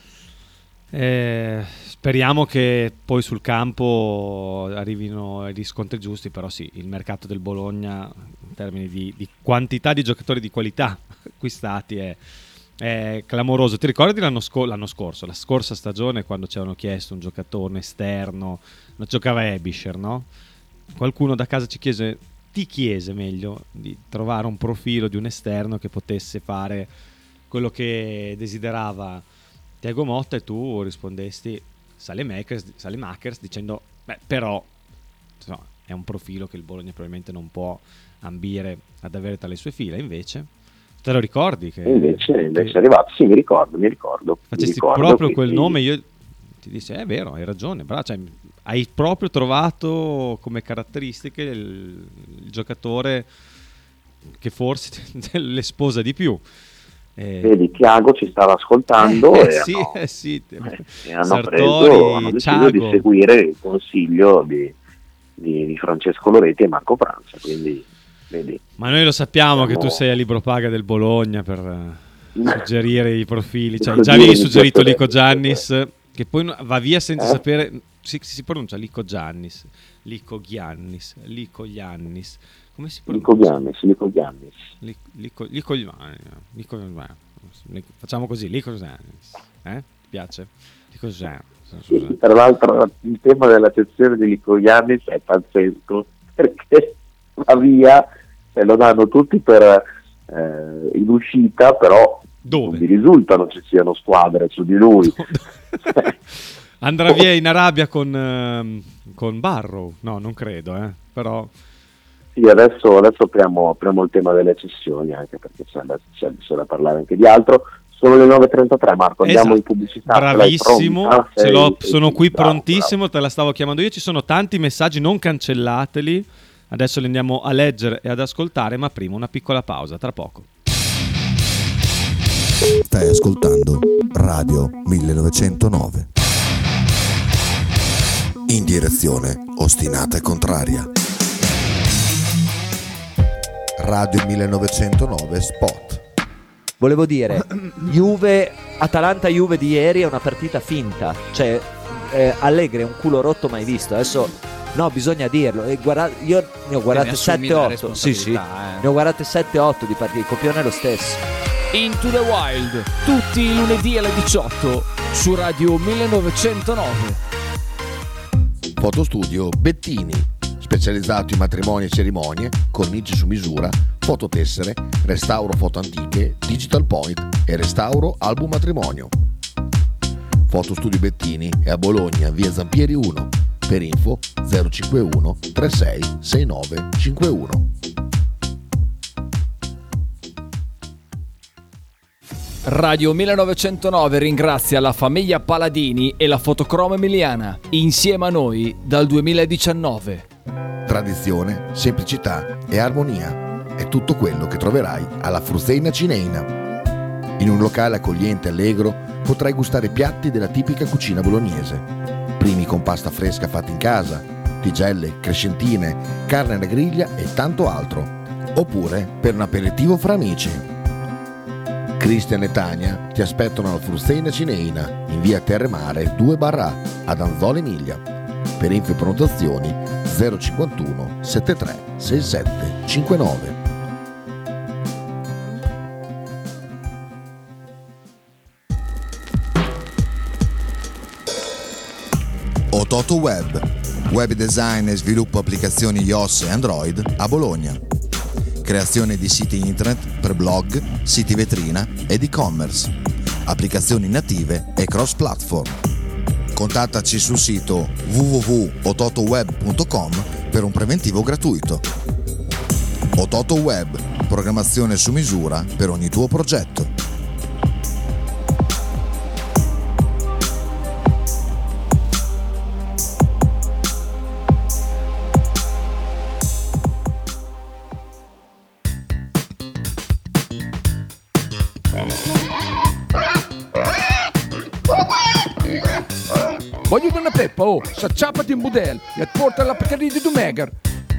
Eh, speriamo che poi sul campo arrivino i riscontri giusti, però sì, il mercato del Bologna in termini di, di quantità di giocatori di qualità acquistati è, è clamoroso. Ti ricordi l'anno, sco- l'anno scorso, la scorsa stagione, quando ci avevano chiesto un giocatore esterno, non giocava Ebischer, no? Qualcuno da casa ci chiese, ti chiese meglio, di trovare un profilo di un esterno che potesse fare quello che desiderava Thiago Motta, e tu rispondesti Salemakers, Salemakers dicendo beh, però no, è un profilo che il Bologna probabilmente non può ambire ad avere tra le sue fila. Invece te lo ricordi che invece, invece che è arrivato? Sì, mi ricordo, mi ricordo facesti mi ricordo, proprio quindi... quel nome. Io ti dissi è vero, hai ragione, bravo, cioè, hai proprio trovato come caratteristiche il, il giocatore che forse le sposa di più. Eh, Vedi, Thiago ci stava ascoltando eh, e, sì, hanno, eh, sì. eh, e hanno, Sartori, preso, hanno deciso Thiago. di seguire il consiglio di, di, di Francesco Loretti e Marco Francia, quindi vedi. Ma noi lo sappiamo Siamo... che tu sei a libro paga del Bologna per uh, suggerire i profili, cioè, Devo già dire, avevi mi suggerito piacerebbe, Lico Giannis, che poi va via senza Eh? sapere, si, si pronuncia Lico Giannis, Lico Giannis, Lico Giannis, come si pronuncia? Lico Giannis, Lico Giannis. Lico, Lico, Lico, Lico, Lico, facciamo così, Lico Giannis, eh? Ti piace? Lico Giannis. Tra l'altro il tema della sezione di Lico Giannis è pazzesco, perché va via e lo danno tutti per eh, in uscita, però dove? Non mi risulta non ci siano squadre su di lui. Andrà via in Arabia con, uh, con Barrow? No, non credo, eh. Però sì, adesso, adesso apriamo, apriamo il tema delle cessioni, anche perché c'è da, c'è da parlare anche di altro. Sono le nove e trentatré, Marco, andiamo esatto. in pubblicità. Bravissimo, sei, ce l'ho, sei, sono sei, qui bravo, prontissimo, bravo. te la stavo chiamando io, ci sono tanti messaggi, non cancellateli, adesso li andiamo a leggere e ad ascoltare, ma prima una piccola pausa, tra poco. Stai ascoltando Radio millenovecentonove. In direzione ostinata e contraria. Radio millenovecentonove Spot. Volevo dire, Juve, Atalanta-Juve di ieri è una partita finta, cioè eh, Allegri è un culo rotto mai visto. Adesso no, bisogna dirlo. E guarda, io ne ho guardate sette otto. Sì, sì. Eh. Ne ho guardate sette otto di partite, il copione è lo stesso. Into the Wild, tutti i lunedì alle diciotto su Radio millenovecentonove. Fotostudio Bettini, specializzato in matrimoni e cerimonie, cornici su misura, fototessere, restauro foto antiche, digital point e restauro album matrimonio. Fotostudio Bettini è a Bologna, via Zampieri uno, per info zero cinquantuno trentasei sessantanove cinquantuno. Radio millenovecentonove ringrazia la famiglia Paladini e la Fotocromo Emiliana, insieme a noi dal duemiladiciannove. Tradizione, semplicità e armonia è tutto quello che troverai alla Fruzeina Cineina. In un locale accogliente e allegro potrai gustare piatti della tipica cucina bolognese. Primi con pasta fresca fatta in casa, tigelle, crescentine, carne alla griglia e tanto altro. Oppure per un aperitivo fra amici. Cristian e Tania ti aspettano alla Fruzeina Cineina in via Terremare due barra A ad Anzola Emilia. Per info e prenotazioni zero cinquantuno settantatré sessantasette cinquantanove. Ototo Web, web design e sviluppo applicazioni iOS e Android a Bologna. Creazione di siti internet per blog, siti vetrina ed e-commerce, applicazioni native e cross-platform. Contattaci sul sito w w w punto ototoweb punto com per un preventivo gratuito. Ototo Web, programmazione su misura per ogni tuo progetto. Voglio una peppa, oh, s'acciappati in budel e porta la Pcaridi di Dumegar.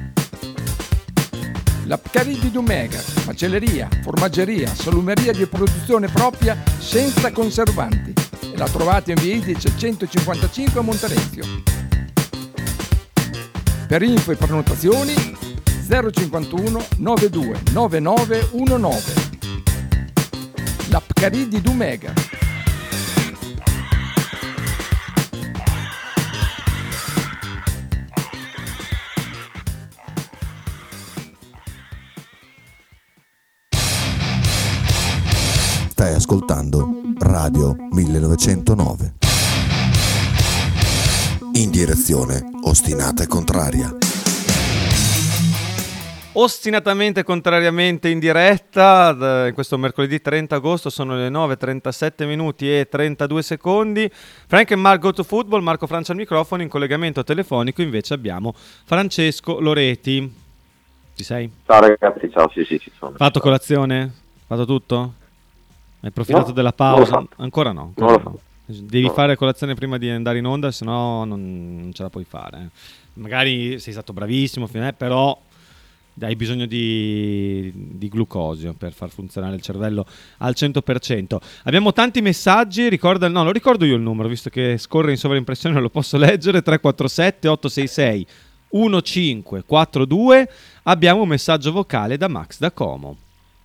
La Pcaridi di Dumegar, macelleria, formaggeria, salumeria di produzione propria senza conservanti. E la trovate in via Idice centocinquantacinque a Monterezio. Per info e prenotazioni zero cinquantuno novantadue novantanove diciannove. La Pcaridi di Dumegar. Stai ascoltando Radio millenovecentonove. In direzione ostinata e contraria. Ostinatamente contrariamente in diretta in questo mercoledì trenta agosto, sono le nove e trentasette minuti e trentadue secondi. Frank e Mark Go to Football, Marco Francia al microfono. In collegamento telefonico invece abbiamo Francesco Loreti. Ci sei? Ciao ragazzi, ciao, sì sì ci sono. Fatto colazione? Fatto tutto? Hai approfittato No, della non l'ho pausa? fatto. Ancora no, Non ancora l'ho no. Devi No. fare colazione prima di andare in onda, se no non, non ce la puoi fare. eh. Magari sei stato bravissimo, eh, però hai bisogno di, di glucosio per far funzionare il cervello al cento per cento. Abbiamo tanti messaggi, ricorda, no, lo ricordo io il numero, visto che scorre in sovraimpressione, lo posso leggere, tre quattro sette otto sei sei uno cinque quattro due. Abbiamo un messaggio vocale da Max da Como.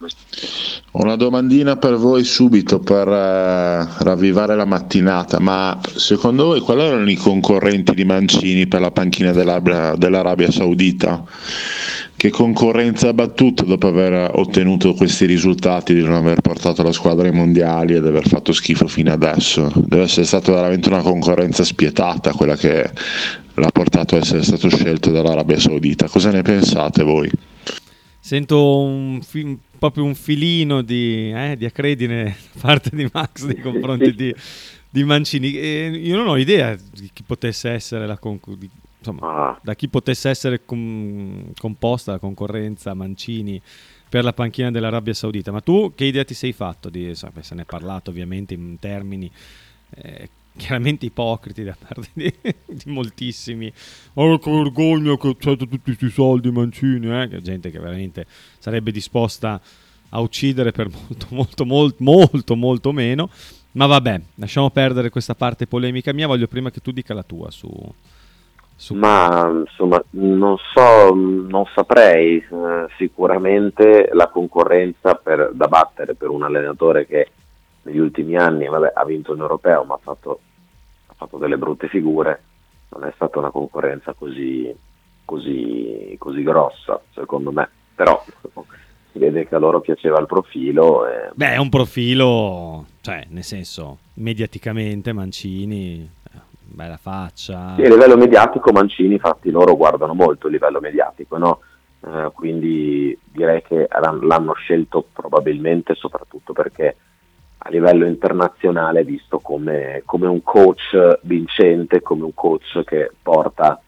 Una domandina per voi subito per eh, ravvivare la mattinata, ma secondo voi quali erano i concorrenti di Mancini per la panchina dell'Arabia, dell'Arabia Saudita? Che concorrenza ha battuto dopo aver ottenuto questi risultati, di non aver portato la squadra ai mondiali ed aver fatto schifo fino adesso? Deve essere stata veramente una concorrenza spietata quella che l'ha portato a essere stato scelto dall'Arabia Saudita. Cosa ne pensate voi? Sento un fi- proprio un filino di, eh, di acredine da parte di Max nei confronti di, di Mancini. E io non ho idea di chi potesse essere la conc- di, insomma, Ah. da chi potesse essere com- composta la concorrenza Mancini per la panchina dell'Arabia Saudita. Ma tu che idea ti sei fatto? Di, se ne è parlato ovviamente in termini eh, chiaramente ipocriti da parte di, di moltissimi. Oh, che vergogna che c'è tutti questi soldi Mancini, eh? Che gente che veramente sarebbe disposta a uccidere per molto molto molto molto molto meno. Ma vabbè, lasciamo perdere questa parte polemica mia. Voglio prima che tu dica la tua su, su... Ma insomma non so, non saprei. Eh, sicuramente la concorrenza per, da battere per un allenatore che negli ultimi anni vabbè, ha vinto un europeo ma ha fatto, ha fatto delle brutte figure, non è stata una concorrenza così, così, così grossa secondo me, però si vede che a loro piaceva il profilo. E... Beh, è un profilo, cioè nel senso mediaticamente Mancini, eh, bella faccia. Sì, a livello mediatico Mancini, infatti loro guardano molto il livello mediatico, no? Eh, quindi direi che l'hanno scelto probabilmente soprattutto perché a livello internazionale è visto come, come un coach vincente, come un coach che porta,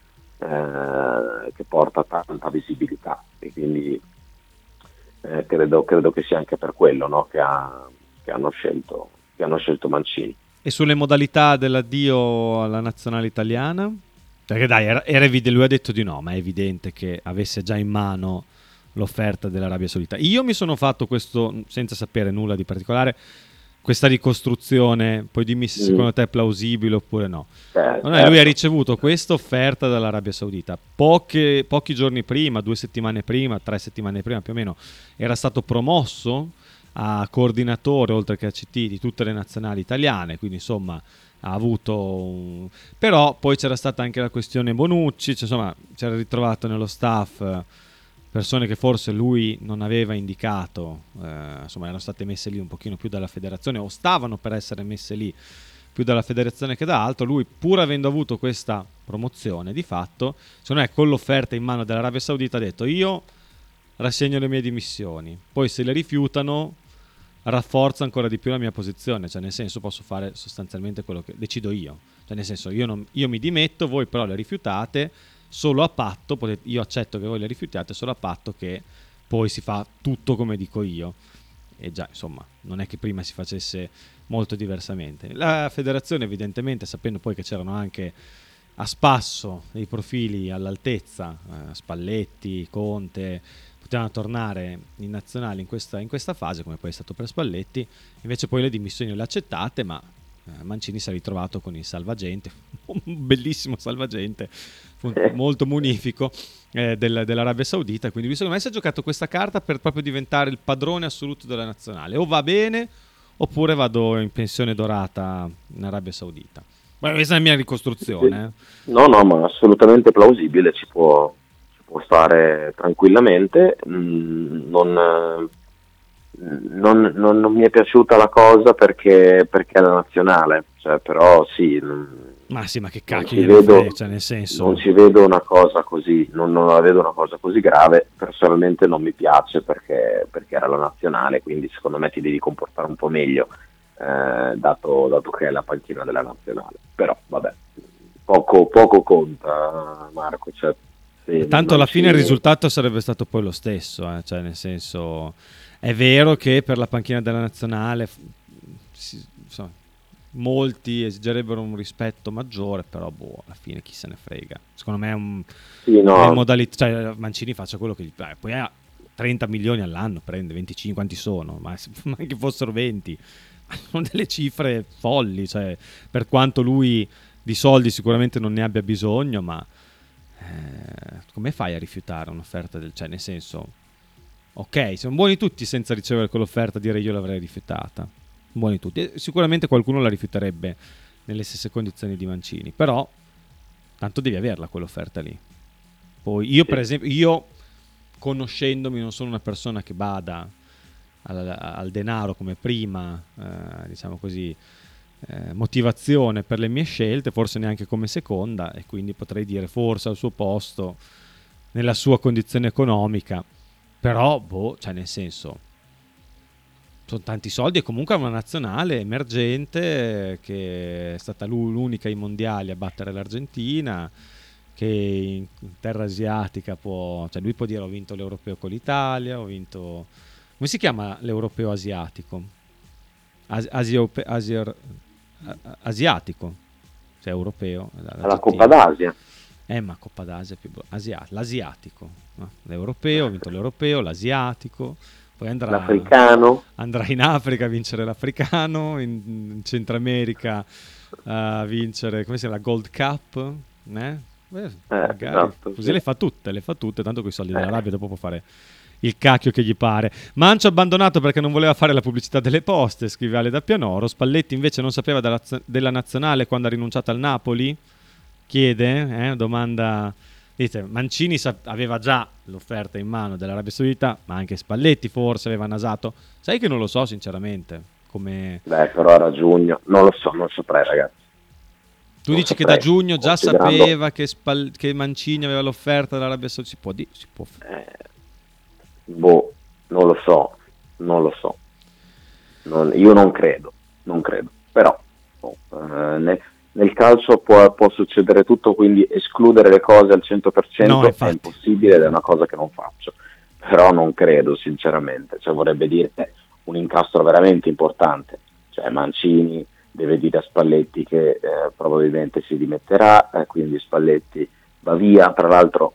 eh, che porta tanta visibilità, e quindi eh, credo, credo che sia anche per quello, no? che, ha, che, hanno scelto, che hanno scelto Mancini. E sulle modalità dell'addio alla nazionale italiana? Perché dai, era, era evidente, lui ha detto di no, ma è evidente che avesse già in mano l'offerta dell'Arabia Saudita. Io mi sono fatto questo, senza sapere nulla di particolare, questa ricostruzione, poi dimmi se secondo te è plausibile oppure no. Eh, Non è, lui ha ricevuto questa offerta dall'Arabia Saudita. Poche, pochi giorni prima, due settimane prima, tre settimane prima più o meno, era stato promosso a coordinatore, oltre che a C T, di tutte le nazionali italiane, quindi insomma ha avuto un... Però poi c'era stata anche la questione Bonucci, cioè, insomma c'era ritrovato nello staff persone che forse lui non aveva indicato, eh, insomma erano state messe lì un pochino più dalla federazione o stavano per essere messe lì più dalla federazione che da altro. Lui, pur avendo avuto questa promozione di fatto, secondo me con l'offerta in mano dell'Arabia Saudita ha detto io rassegno le mie dimissioni, poi se le rifiutano rafforza ancora di più la mia posizione, cioè nel senso posso fare sostanzialmente quello che decido io, cioè nel senso io, non, io mi dimetto, voi però le rifiutate solo a patto, potete, io accetto che voi le rifiutiate solo a patto che poi si fa tutto come dico io. e già insomma non è che prima si facesse molto diversamente. La federazione evidentemente, sapendo poi che c'erano anche a spasso dei profili all'altezza, eh, Spalletti, Conte, potevano tornare in nazionale in questa, in questa fase, come poi è stato per Spalletti, invece poi le dimissioni le ha accettate, ma eh, Mancini si è ritrovato con il salvagente, un bellissimo salvagente, molto munifico, eh, del, dell'Arabia Saudita, quindi lui secondo me si è giocato questa carta per proprio diventare il padrone assoluto della nazionale, o va bene oppure vado in pensione dorata in Arabia Saudita. Beh, questa è la mia ricostruzione. Eh. No, no, ma assolutamente plausibile, ci può, ci può stare tranquillamente. Mm, non, non, non, non mi è piaciuta la cosa perché, perché è la nazionale, cioè, però sì. Ma sì, ma che cacchio, non ci vedo, frega, cioè, nel senso... non ci vedo una cosa così, non, non la vedo una cosa così grave. Personalmente non mi piace perché, perché era la nazionale, quindi secondo me ti devi comportare un po' meglio. Eh, dato, dato che è la panchina della nazionale, però vabbè, poco, poco conta, Marco, cioè, tanto alla fine il risultato sarebbe stato poi lo stesso, eh? Cioè nel senso, è vero che per la panchina della nazionale si, insomma, molti esigerebbero un rispetto maggiore, però boh, alla fine chi se ne frega, secondo me è un sì, no. modalità, cioè Mancini faccia quello che gli pare, poi ha trenta milioni all'anno, prende venticinque, quanti sono, ma anche fossero venti, sono delle cifre folli, cioè, per quanto lui di soldi sicuramente non ne abbia bisogno, ma eh, come fai a rifiutare un'offerta del, cioè nel senso, ok, siamo buoni tutti senza ricevere quell'offerta, dire io l'avrei rifiutata, buoni tutti, e sicuramente qualcuno la rifiuterebbe nelle stesse condizioni di Mancini, però tanto devi averla quell'offerta lì. Poi io per esempio, io conoscendomi non sono una persona che bada Al, al denaro come prima, eh, diciamo così, eh, motivazione per le mie scelte, forse neanche come seconda, e quindi potrei dire forse al suo posto nella sua condizione economica, però boh, cioè nel senso sono tanti soldi e comunque è una nazionale emergente che è stata l'unica ai mondiali a battere l'Argentina, che in terra asiatica può, cioè lui può dire ho vinto l'europeo con l'Italia, ho vinto... Come si chiama l'europeo asiatico? As- Asiope- Asior- asiatico, cioè europeo. La Coppa d'Asia. Eh, ma Coppa d'Asia più bro- Asia- l'asiatico. No? L'europeo, ha vinto l'europeo, l'asiatico. Poi andrà, l'africano. Andrà in Africa a vincere l'africano, in, in Centro America a vincere, come si chiama, la Gold Cup. Eh? Beh, eh, esatto, così sì. le fa tutte, le fa tutte, tanto con i soldi eh. dell'Arabia dopo può fare il cacchio che gli pare. Mancio abbandonato perché non voleva fare la pubblicità delle poste, scrive Ale da Pianoro. Spalletti invece non sapeva della, della nazionale quando ha rinunciato al Napoli? Chiede, eh, domanda. Dite, Mancini sa- aveva già l'offerta in mano dell'Arabia Saudita, ma anche Spalletti forse aveva nasato. Sai che non lo so sinceramente. Come... Beh, però era giugno, non lo so, non saprei ragazzi. Tu non dici saprei. Che da giugno già Considerando... sapeva che, Spal- che Mancini aveva l'offerta dell'Arabia Saudita? Si può dire? Si può fare. Eh... Boh, non lo so, non lo so. Non, io non credo, non credo. Però oh, eh, nel, nel calcio può, può succedere tutto, quindi escludere le cose al cento per cento no, è impossibile ed è una cosa che non faccio. Però non credo, sinceramente. Cioè, vorrebbe dire eh, un incastro veramente importante. Cioè, Mancini deve dire a Spalletti che eh, probabilmente si dimetterà, eh, quindi Spalletti va via. Tra l'altro,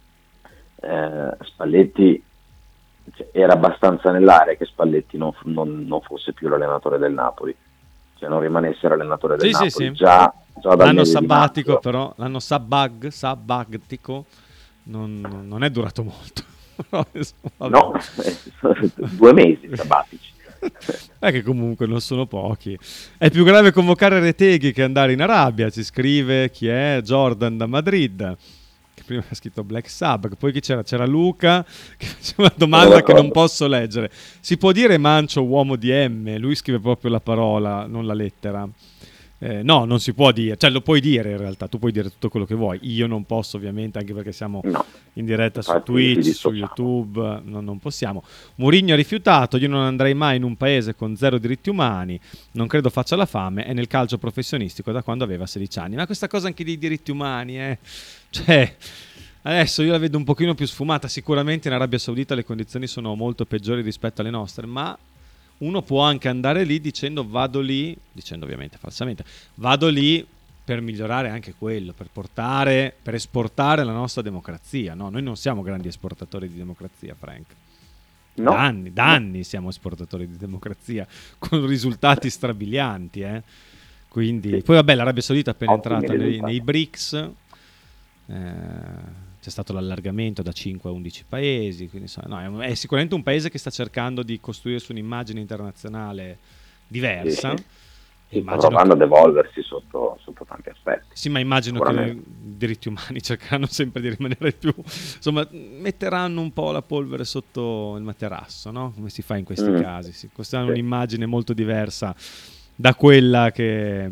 eh, Spalletti... era abbastanza nell'aria che Spalletti non, non, non fosse più l'allenatore del Napoli, cioè non rimanesse l'allenatore del sì, Napoli sì, sì. già, già dal l'anno mese di sabbatico maggio. però l'anno sabag, sabatico non, non è durato molto. No, due mesi sabbatici. È che comunque non sono pochi. È più grave convocare Reteghi che andare in Arabia, ci scrive chi è Jordan da Madrid, che prima ha scritto Black Sabbath, poi chi c'era? C'era Luca che faceva una domanda che non posso leggere. Si può dire Mancio uomo di M? Lui scrive proprio la parola, non la lettera. Eh, no, non si può dire, cioè lo puoi dire in realtà, tu puoi dire tutto quello che vuoi, io non posso ovviamente, anche perché siamo no. in diretta su Infatti, Twitch, su YouTube, no, non possiamo. Mourinho ha rifiutato, io non andrei mai in un paese con zero diritti umani, non credo faccia la fame, è nel calcio professionistico da quando aveva sedici anni. Ma questa cosa anche dei diritti umani, eh? Cioè, adesso io la vedo un pochino più sfumata, sicuramente in Arabia Saudita le condizioni sono molto peggiori rispetto alle nostre, ma uno può anche andare lì dicendo vado lì, dicendo ovviamente falsamente, vado lì per migliorare anche quello, per portare, per esportare la nostra democrazia, no? Noi non siamo grandi esportatori di democrazia, Frank. No. Da anni, da anni siamo esportatori di democrazia con risultati strabilianti, eh? Quindi, sì. Poi vabbè, l'Arabia Saudita è appena Ottimi entrata nei, risultati. nei BRICS, eh, c'è stato l'allargamento da cinque a undici paesi, quindi no, è, un, è sicuramente un paese che sta cercando di costruire su un'immagine internazionale diversa. Sì, sì. Sì, provando che... ad evolversi sotto, sotto tanti aspetti. Sì, ma immagino che i diritti umani cercheranno sempre di rimanere più, insomma, metteranno un po' la polvere sotto il materasso, no? Come si fa in questi mm. casi. Si costruiranno sì. un'immagine molto diversa da quella che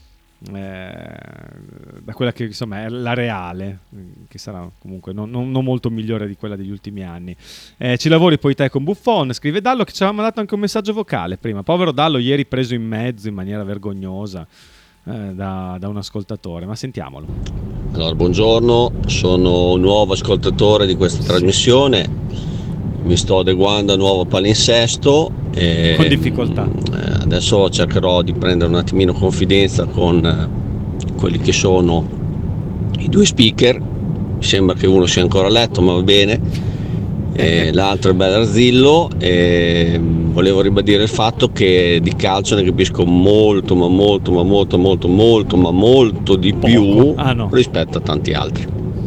eh, da quella che insomma è la reale, che sarà comunque non, non, non molto migliore di quella degli ultimi anni. Eh, ci lavori poi te con Buffon, scrive Dallo, che ci aveva mandato anche un messaggio vocale prima. Povero Dallo, ieri preso in mezzo in maniera vergognosa eh, da, da un ascoltatore, ma sentiamolo. Allora, buongiorno, sono un nuovo ascoltatore di questa trasmissione, mi sto adeguando a nuovo palinsesto e con difficoltà. Adesso cercherò di prendere un attimino confidenza con quelli che sono i due speaker. Mi sembra che uno sia ancora a letto, ma va bene, e l'altro è Bellarzillo. E volevo ribadire il fatto che di calcio ne capisco molto ma molto ma molto molto molto ma molto di più ah, no. rispetto a tanti altri.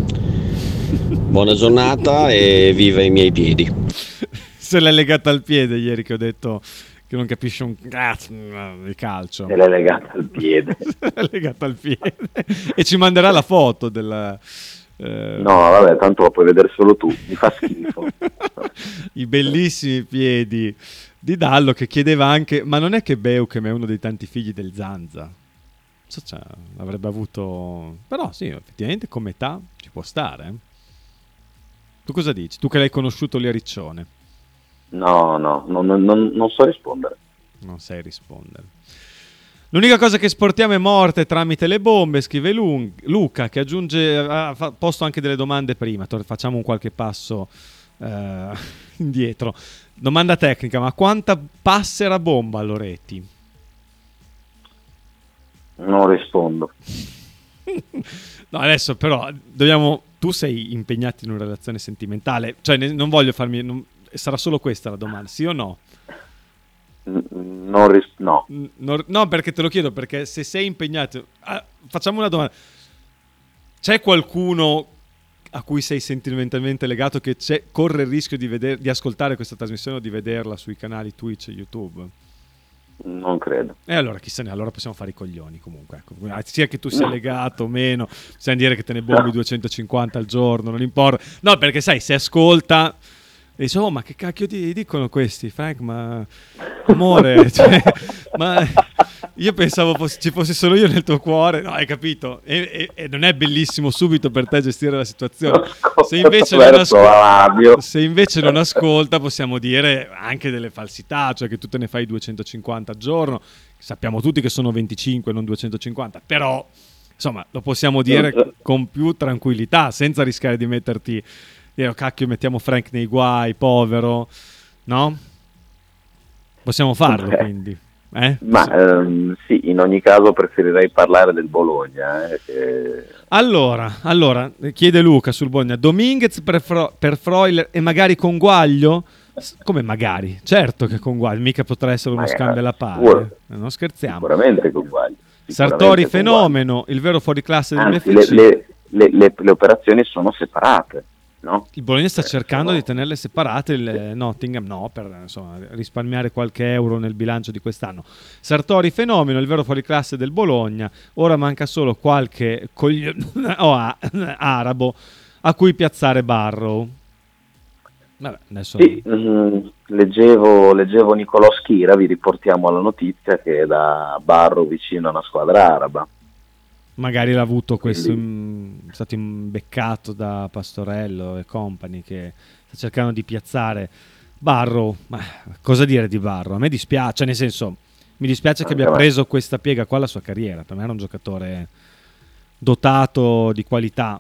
Buona giornata e viva i miei piedi. Se l'è legata al piede ieri che ho detto che non capisce un cazzo di calcio. Se l'è legata al piede. Se l'è legata al piede. E ci manderà la foto della... Eh... No, vabbè, tanto lo puoi vedere solo tu, mi fa schifo. I bellissimi piedi di Dallo, che chiedeva anche, ma non è che Beukem è uno dei tanti figli del Zanza? Cioè, avrebbe avuto... Però sì, effettivamente come età ci può stare, eh? Tu cosa dici? Tu che l'hai conosciuto lì a Riccione. No, no, no, no, non, non so rispondere. Non sai rispondere. L'unica cosa che esportiamo è morte tramite le bombe, scrive Lu- Luca, che aggiunge, ha posto anche delle domande prima, facciamo un qualche passo eh, indietro. Domanda tecnica, ma quanta passera bomba a Loretti? Non rispondo. No, adesso però dobbiamo... Tu sei impegnato in una relazione sentimentale, cioè ne, non voglio farmi... Non, sarà solo questa la domanda, sì o no? Non ris- no. No, no, perché te lo chiedo, perché se sei impegnato... Ah, facciamo una domanda. C'è qualcuno a cui sei sentimentalmente legato che c'è, corre il rischio di, veder, di ascoltare questa trasmissione o di vederla sui canali Twitch e YouTube? Non credo. E allora chi se ne, allora possiamo fare i coglioni comunque, ecco. Sia che tu sia legato o meno, possiamo dire che te ne bombi duecentocinquanta al giorno, non importa. No, perché sai, se ascolta e dice, oh, ma che cacchio ti dicono questi, Frank, ma amore, cioè, ma io pensavo fosse, ci fosse solo io nel tuo cuore. No, hai capito? E, e, e non è bellissimo subito per te gestire la situazione. Se invece, non ascolta, se invece non ascolta, possiamo dire anche delle falsità, cioè che tu te ne fai duecentocinquanta al giorno. Sappiamo tutti che sono venticinque, non duecentocinquanta, però insomma lo possiamo dire con più tranquillità, senza rischiare di metterti, dire, oh, cacchio, mettiamo Frank nei guai, povero, no? Possiamo farlo, okay. Quindi Eh? Ma ehm, sì, in ogni caso preferirei parlare del Bologna. Eh, che... Allora, allora, chiede Luca sul Bologna, Dominguez per, Fro- per Freuler e magari Conguaglio? Come magari? Certo che Conguaglio, mica potrà essere uno magari, scambio alla pari. Eh? Non scherziamo. Sicuramente Conguaglio. Sartori fenomeno, Conguaglio. Il vero fuoriclasse Anzi, dell'F C. Le, le, le, le operazioni sono separate. No? Il Bologna sta eh, cercando no. di tenerle separate, il Nottingham no, per insomma, risparmiare qualche euro nel bilancio di quest'anno. Sartori fenomeno, il vero fuoriclasse del Bologna, ora manca solo qualche cogli- oh, ah, arabo a cui piazzare Barrow. Vabbè, adesso... Sì, mh, leggevo, leggevo Nicolò Schira, vi riportiamo la notizia che è da Barrow vicino a una squadra araba. Magari l'ha avuto questo, mh, è stato imbeccato da Pastorello e compagni che sta cercando di piazzare Barrow. Ma cosa dire di Barrow? A me dispiace, nel senso, mi dispiace che abbia preso questa piega qua alla sua carriera. Per me era un giocatore dotato di qualità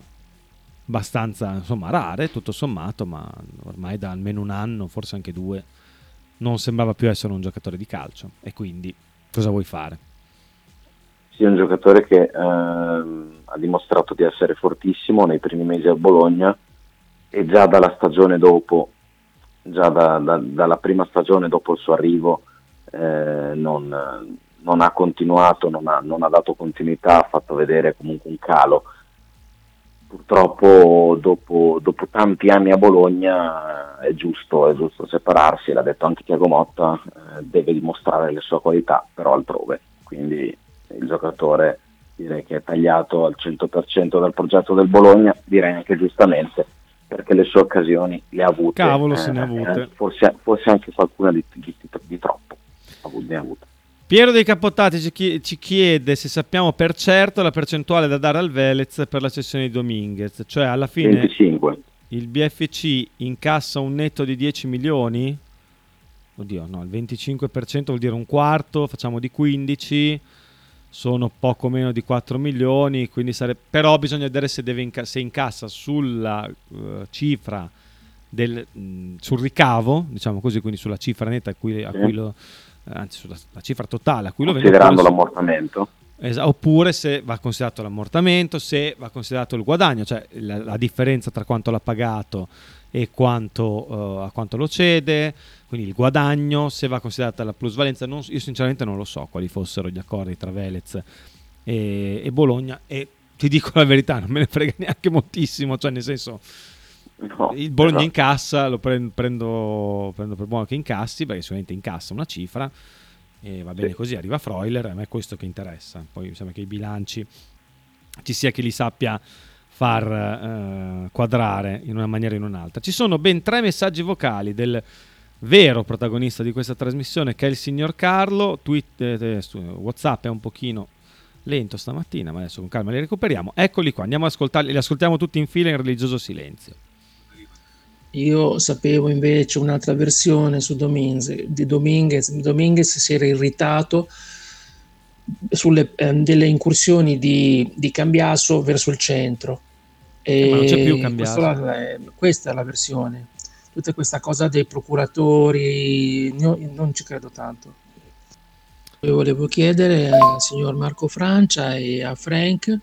abbastanza, insomma, rare, tutto sommato, ma ormai da almeno un anno, forse anche due, non sembrava più essere un giocatore di calcio, e quindi cosa vuoi fare? Sì, è un giocatore che ehm, ha dimostrato di essere fortissimo nei primi mesi a Bologna, e già dalla stagione dopo, già da, da, dalla prima stagione dopo il suo arrivo, eh, non, non ha continuato, non ha, non ha dato continuità, ha fatto vedere comunque un calo. Purtroppo dopo, dopo tanti anni a Bologna è giusto, è giusto separarsi, l'ha detto anche Thiago Motta, eh, deve dimostrare le sue qualità, però altrove. Quindi il giocatore direi che è tagliato al cento per cento dal progetto del Bologna, direi anche giustamente, perché le sue occasioni le ha avute. Cavolo, se ne ha eh, avute. eh, forse, forse anche qualcuna di, di, di, di troppo ne ha avute. Piero dei Cappottati ci chi- ci chiede se sappiamo per certo la percentuale da dare al Velez per la cessione di Dominguez, cioè alla fine venticinque. Il B F C incassa un netto di dieci milioni. Oddio, no, il venticinque per cento vuol dire un quarto, facciamo di quindici, sono poco meno di quattro milioni, quindi sarebbe, però bisogna vedere se, deve inca- se incassa sulla uh, cifra del, mh, sul ricavo, diciamo così, quindi sulla cifra netta a cui, a Sì. cui lo, anzi sulla la cifra totale a cui lo vende, Considerando oppure se- l'ammortamento. Esa- oppure se va considerato l'ammortamento, se va considerato il guadagno, cioè la, la differenza tra quanto l'ha pagato e quanto, uh, a quanto lo cede, quindi il guadagno, se va considerata la plusvalenza. Non, io sinceramente non lo so quali fossero gli accordi tra Velez e, e Bologna, e ti dico la verità, non me ne frega neanche moltissimo, cioè nel senso, No, il Bologna esatto. incassa, lo prendo, prendo, prendo per buono che incassi, perché sicuramente incassa una cifra e va bene Sì. così, arriva Freuler, a me è questo che interessa. Poi mi sembra che i bilanci ci sia chi li sappia far eh, quadrare in una maniera o in un'altra. Ci sono ben tre messaggi vocali del vero protagonista di questa trasmissione, che è il signor Carlo. Tweet, eh, WhatsApp è un pochino lento stamattina, ma adesso con calma li recuperiamo. Eccoli qua, andiamo ad ascoltarli, li ascoltiamo tutti in fila in religioso silenzio. Io sapevo invece un'altra versione su Dominguez. Di Dominguez. Dominguez si era irritato sulle eh, delle incursioni di, di Cambiaso verso il centro. E Ma non c'è più Cambiaso. questo la- è- questa è la versione. Tutta questa cosa dei procuratori, io non ci credo tanto. Io volevo chiedere al signor Marco Francia e a Frank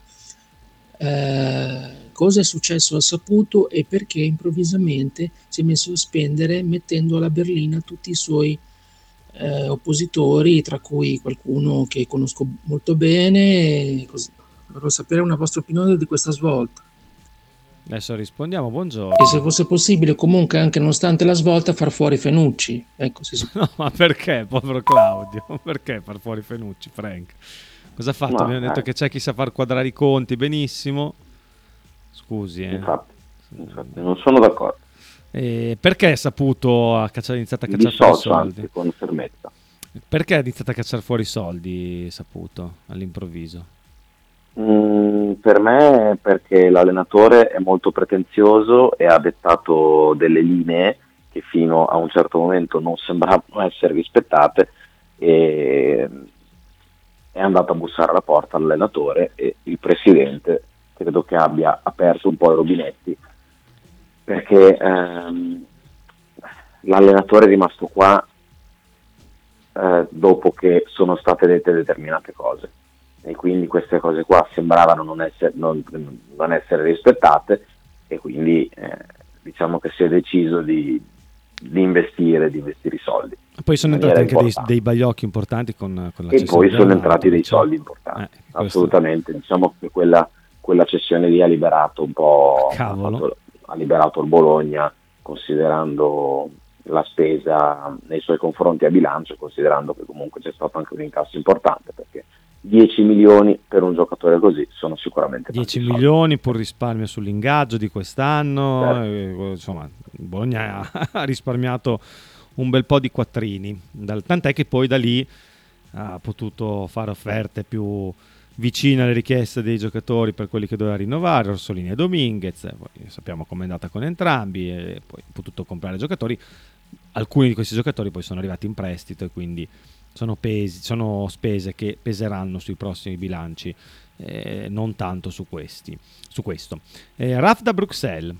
eh, cosa è successo a Saputo e perché improvvisamente si è messo a spendere mettendo alla berlina tutti i suoi eh, oppositori, tra cui qualcuno che conosco molto bene. Così. Vorrei sapere una vostra opinione di questa svolta. Adesso rispondiamo, buongiorno. E se fosse possibile, comunque, anche nonostante la svolta, far fuori Fenucci. Ecco, si No, ma perché, povero Claudio? Perché far fuori Fenucci, Frank? Cosa ha fatto? No, Abbiamo detto eh. che c'è chi sa far quadrare i conti benissimo. Scusi, eh. Infatti, infatti, non sono d'accordo. E perché Saputo ha cacciato, iniziato a Mi cacciare fuori i dissocio, soldi? anzi, con fermezza. Perché ha iniziato a cacciare fuori i soldi Saputo all'improvviso? Mm, per me perché l'allenatore è molto pretenzioso e ha dettato delle linee che fino a un certo momento non sembravano essere rispettate, e è andato a bussare alla porta all'allenatore, e il presidente credo che abbia aperto un po' i rubinetti, perché ehm, l'allenatore è rimasto qua eh, dopo che sono state dette determinate cose, e quindi queste cose qua sembravano non essere, non, non essere rispettate, e quindi eh, diciamo che si è deciso di, di investire, di investire i soldi. Poi sono in entrati maniera anche dei, importante. dei baiocchi importanti con, con la E cessione poi sono dell'Arnaud, entrati dei diciamo. soldi importanti, Eh, questo- assolutamente. Diciamo che quella, quella cessione lì ha liberato un po', ha, Cavolo. fatto- ha liberato il Bologna, considerando la spesa nei suoi confronti a bilancio, considerando che comunque c'è stato anche un incasso importante, perché dieci milioni per un giocatore così sono sicuramente dieci tanti soldi. milioni pur risparmio sull'ingaggio di quest'anno, Certo. eh, insomma il Bologna ha, ha risparmiato un bel po' di quattrini, dal, tant'è che poi da lì ha potuto fare offerte più vicine alle richieste dei giocatori per quelli che doveva rinnovare, Orsolini e Dominguez, eh, poi sappiamo com'è andata con entrambi, e poi ha potuto comprare giocatori. Alcuni di questi giocatori poi sono arrivati in prestito, e quindi sono, pesi, sono spese che peseranno sui prossimi bilanci, eh, non tanto su questi su questo. eh, Raf da Bruxelles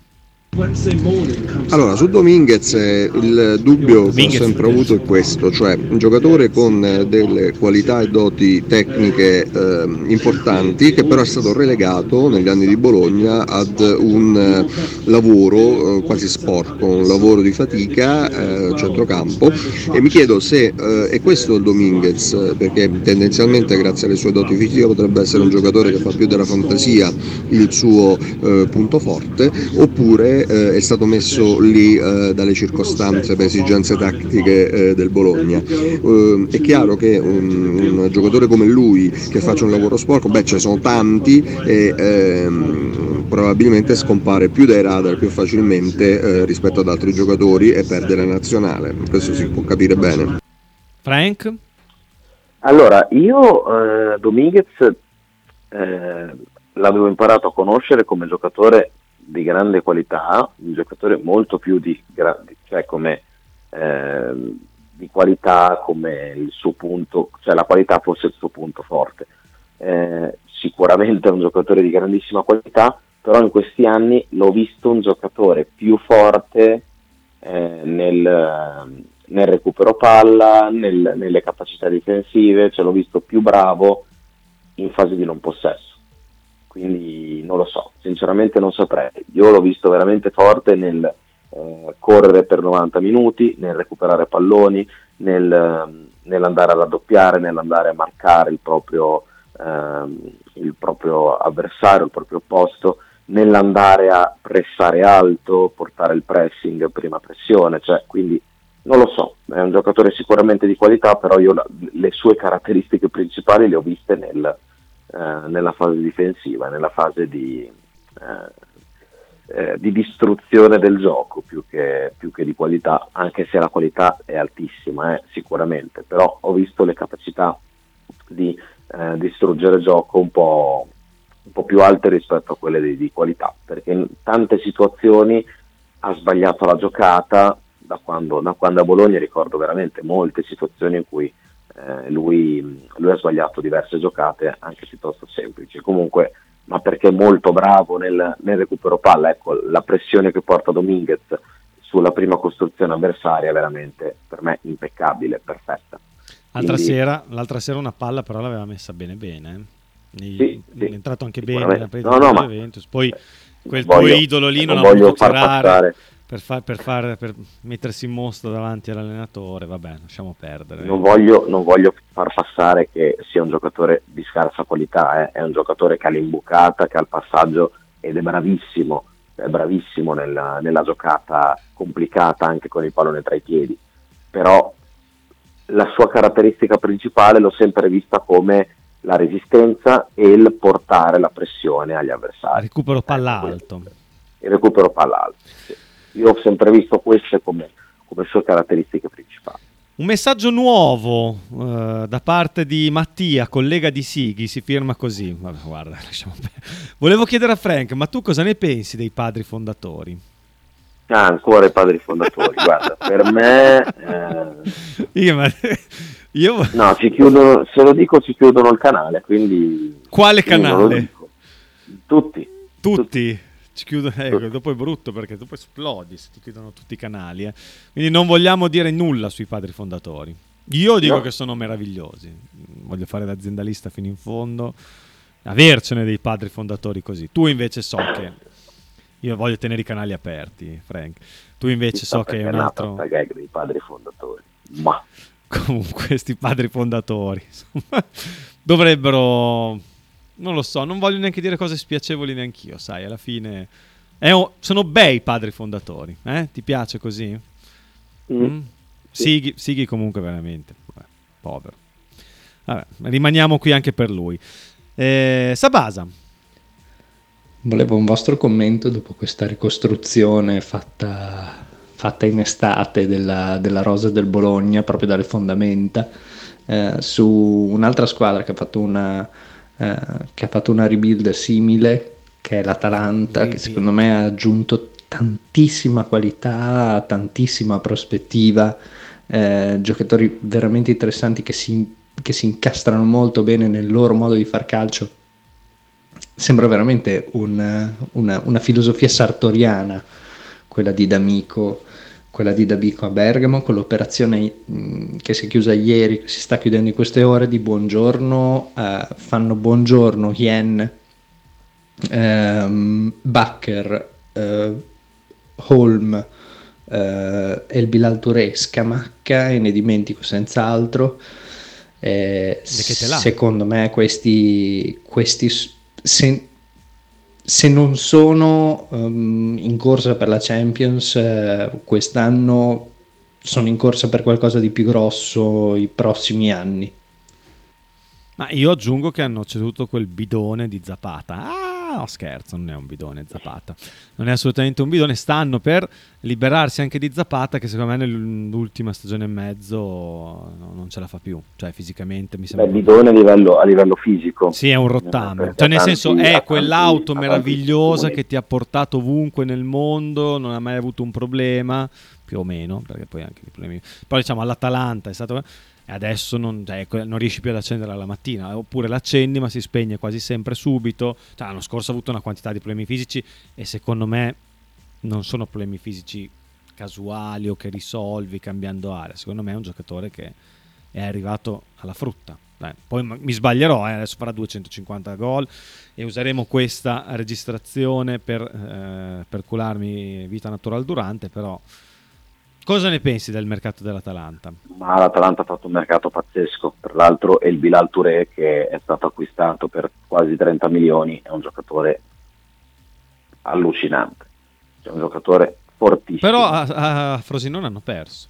Allora, su Dominguez eh, il dubbio che ho sempre avuto è questo, cioè un giocatore con eh, delle qualità e doti tecniche eh, importanti, che però è stato relegato negli anni di Bologna ad un eh, lavoro eh, quasi sporco, un lavoro di fatica eh, centrocampo, e mi chiedo se eh, è questo il Dominguez, eh, perché tendenzialmente grazie alle sue doti fisiche potrebbe essere un giocatore che fa più della fantasia il suo eh, punto forte, oppure eh, è stato messo lì eh, dalle circostanze per esigenze tattiche eh, del Bologna. Eh, è chiaro che un, un giocatore come lui che faccia un lavoro sporco, beh, ce ne sono tanti e ehm, probabilmente scompare più dai radar più facilmente eh, rispetto ad altri giocatori e perde la nazionale, questo si può capire bene. Frank? Allora, io eh, Dominguez eh, l'avevo imparato a conoscere come giocatore di grande qualità, un giocatore molto più di, cioè come eh, di qualità, come il suo punto, cioè la qualità fosse il suo punto forte. Eh, sicuramente è un giocatore di grandissima qualità, però in questi anni l'ho visto un giocatore più forte eh, nel, nel recupero palla, nel, nelle capacità difensive, cioè l'ho visto più bravo in fase di non possesso. Quindi non lo so, sinceramente non saprei. Io l'ho visto veramente forte nel eh, correre per novanta minuti, nel recuperare palloni, nel, nell'andare a raddoppiare, nell'andare a marcare il proprio, ehm, il proprio avversario, il proprio opposto, nell'andare a pressare alto, portare il pressing, prima pressione, cioè, quindi non lo so, è un giocatore sicuramente di qualità, però io la, le sue caratteristiche principali le ho viste nel Eh, nella fase difensiva, nella fase di, eh, eh, di distruzione del gioco più che, più che di qualità, anche se la qualità è altissima eh, sicuramente, però ho visto le capacità di eh, distruggere il gioco un po', un po' più alte rispetto a quelle di, di qualità, perché in tante situazioni ha sbagliato la giocata. Da quando, da quando a Bologna ricordo veramente molte situazioni in cui Eh, lui, lui ha sbagliato diverse giocate anche piuttosto semplici, comunque, ma perché è molto bravo nel, nel recupero palla. Ecco, la pressione che porta Dominguez sulla prima costruzione avversaria è veramente per me impeccabile, perfetta. L'altra Quindi, sera, l'altra sera una palla però l'aveva messa bene bene, eh. sì, sì, è entrato anche bene nella partita no, no, di ma Juventus. Poi quel voglio, tuo idolo lì non, non ha voglio voluto far tirare passare per, far, per, far, per mettersi in mostra davanti all'allenatore. Vabbè, lasciamo perdere. Non voglio, non voglio far passare che sia un giocatore di scarsa qualità, eh. È un giocatore che ha l'imbucata, che ha il passaggio ed è bravissimo, è bravissimo nella, nella giocata complicata anche con il pallone tra i piedi, però la sua caratteristica principale l'ho sempre vista come la resistenza e il portare la pressione agli avversari. Recupero palla ecco, alto. Il recupero palla alto, sì. Io ho sempre visto queste come, come sue caratteristiche principali. Un messaggio nuovo uh, da parte di Mattia, collega di Sighi, si firma così. Vabbè, guarda, lasciamo perdere. Volevo chiedere a Frank, ma tu cosa ne pensi dei padri fondatori? Ah, ancora i padri fondatori, guarda, per me... Eh... Io, ma... Io... No, ci chiudono, se lo dico ci chiudono il canale, quindi... Quale canale? Tutti. Tutti? Tutti. Ci chiudono, eh, dopo è brutto perché dopo esplodi se ti chiudono tutti i canali. Eh. Quindi non vogliamo dire nulla sui padri fondatori. Io dico no. che sono meravigliosi. Voglio fare l'aziendalista fino in fondo. Avercene dei padri fondatori così. Tu invece so che... Io voglio tenere i canali aperti, Frank. Tu invece so che è un altro... È gag dei padri fondatori. Ma... Comunque, questi padri fondatori insomma, dovrebbero... Non lo so, non voglio neanche dire cose spiacevoli neanch'io, sai, alla fine... È un... Sono bei padri fondatori, eh? Ti piace così? Mm. Mm? Sighi, Sighi comunque veramente, vabbè, povero. Vabbè, rimaniamo qui anche per lui. Eh, Sabasa. Volevo un vostro commento dopo questa ricostruzione fatta, fatta in estate della, della rosa del Bologna, proprio dalle fondamenta, eh, su un'altra squadra che ha fatto una, eh, che ha fatto una rebuild simile, che è l'Atalanta, che secondo me ha aggiunto tantissima qualità, tantissima prospettiva, eh, giocatori veramente interessanti che si, che si incastrano molto bene nel loro modo di far calcio. Sembra veramente un, una, una filosofia sartoriana quella di D'Amico, quella di D'Amico a Bergamo, con l'operazione mh, che si è chiusa ieri, che si sta chiudendo in queste ore, di Buongiorno, eh, fanno Buongiorno, Yen, ehm, Bakker, eh, Holm eh, El Bilal Touré, Scamacca, e ne dimentico senz'altro. Eh, secondo me questi, questi se, se non sono um, in corsa per la Champions eh, quest'anno, sono in corsa per qualcosa di più grosso i prossimi anni. Ma io aggiungo che hanno ceduto quel bidone di Zapata. Ah, no, scherzo, non è un bidone Zapata. Non è assolutamente un bidone. Stanno per liberarsi anche di Zapata, che secondo me nell'ultima stagione e mezzo no, non ce la fa più. Cioè fisicamente mi sembra... Beh, bidone a livello, a livello fisico. Sì, è un rottame. Cioè nel senso è quell'auto meravigliosa che ti ha portato ovunque nel mondo, non ha mai avuto un problema, più o meno, perché poi anche i problemi... Poi diciamo all'Atalanta è stato... E adesso non, cioè, non riesci più ad accenderla la mattina, oppure l'accendi ma si spegne quasi sempre subito. Cioè, l'anno scorso ha avuto una quantità di problemi fisici e secondo me non sono problemi fisici casuali o che risolvi cambiando area. Secondo me è un giocatore che è arrivato alla frutta. Dai, poi mi sbaglierò, eh, adesso farà duecentocinquanta gol e useremo questa registrazione per, eh, per cularmi vita natural durante, però... Cosa ne pensi del mercato dell'Atalanta? Ma l'Atalanta ha fatto un mercato pazzesco, tra l'altro El Bilal Touré, che è stato acquistato per quasi trenta milioni, è un giocatore allucinante, è un giocatore fortissimo. Però a, a Frosinone hanno perso.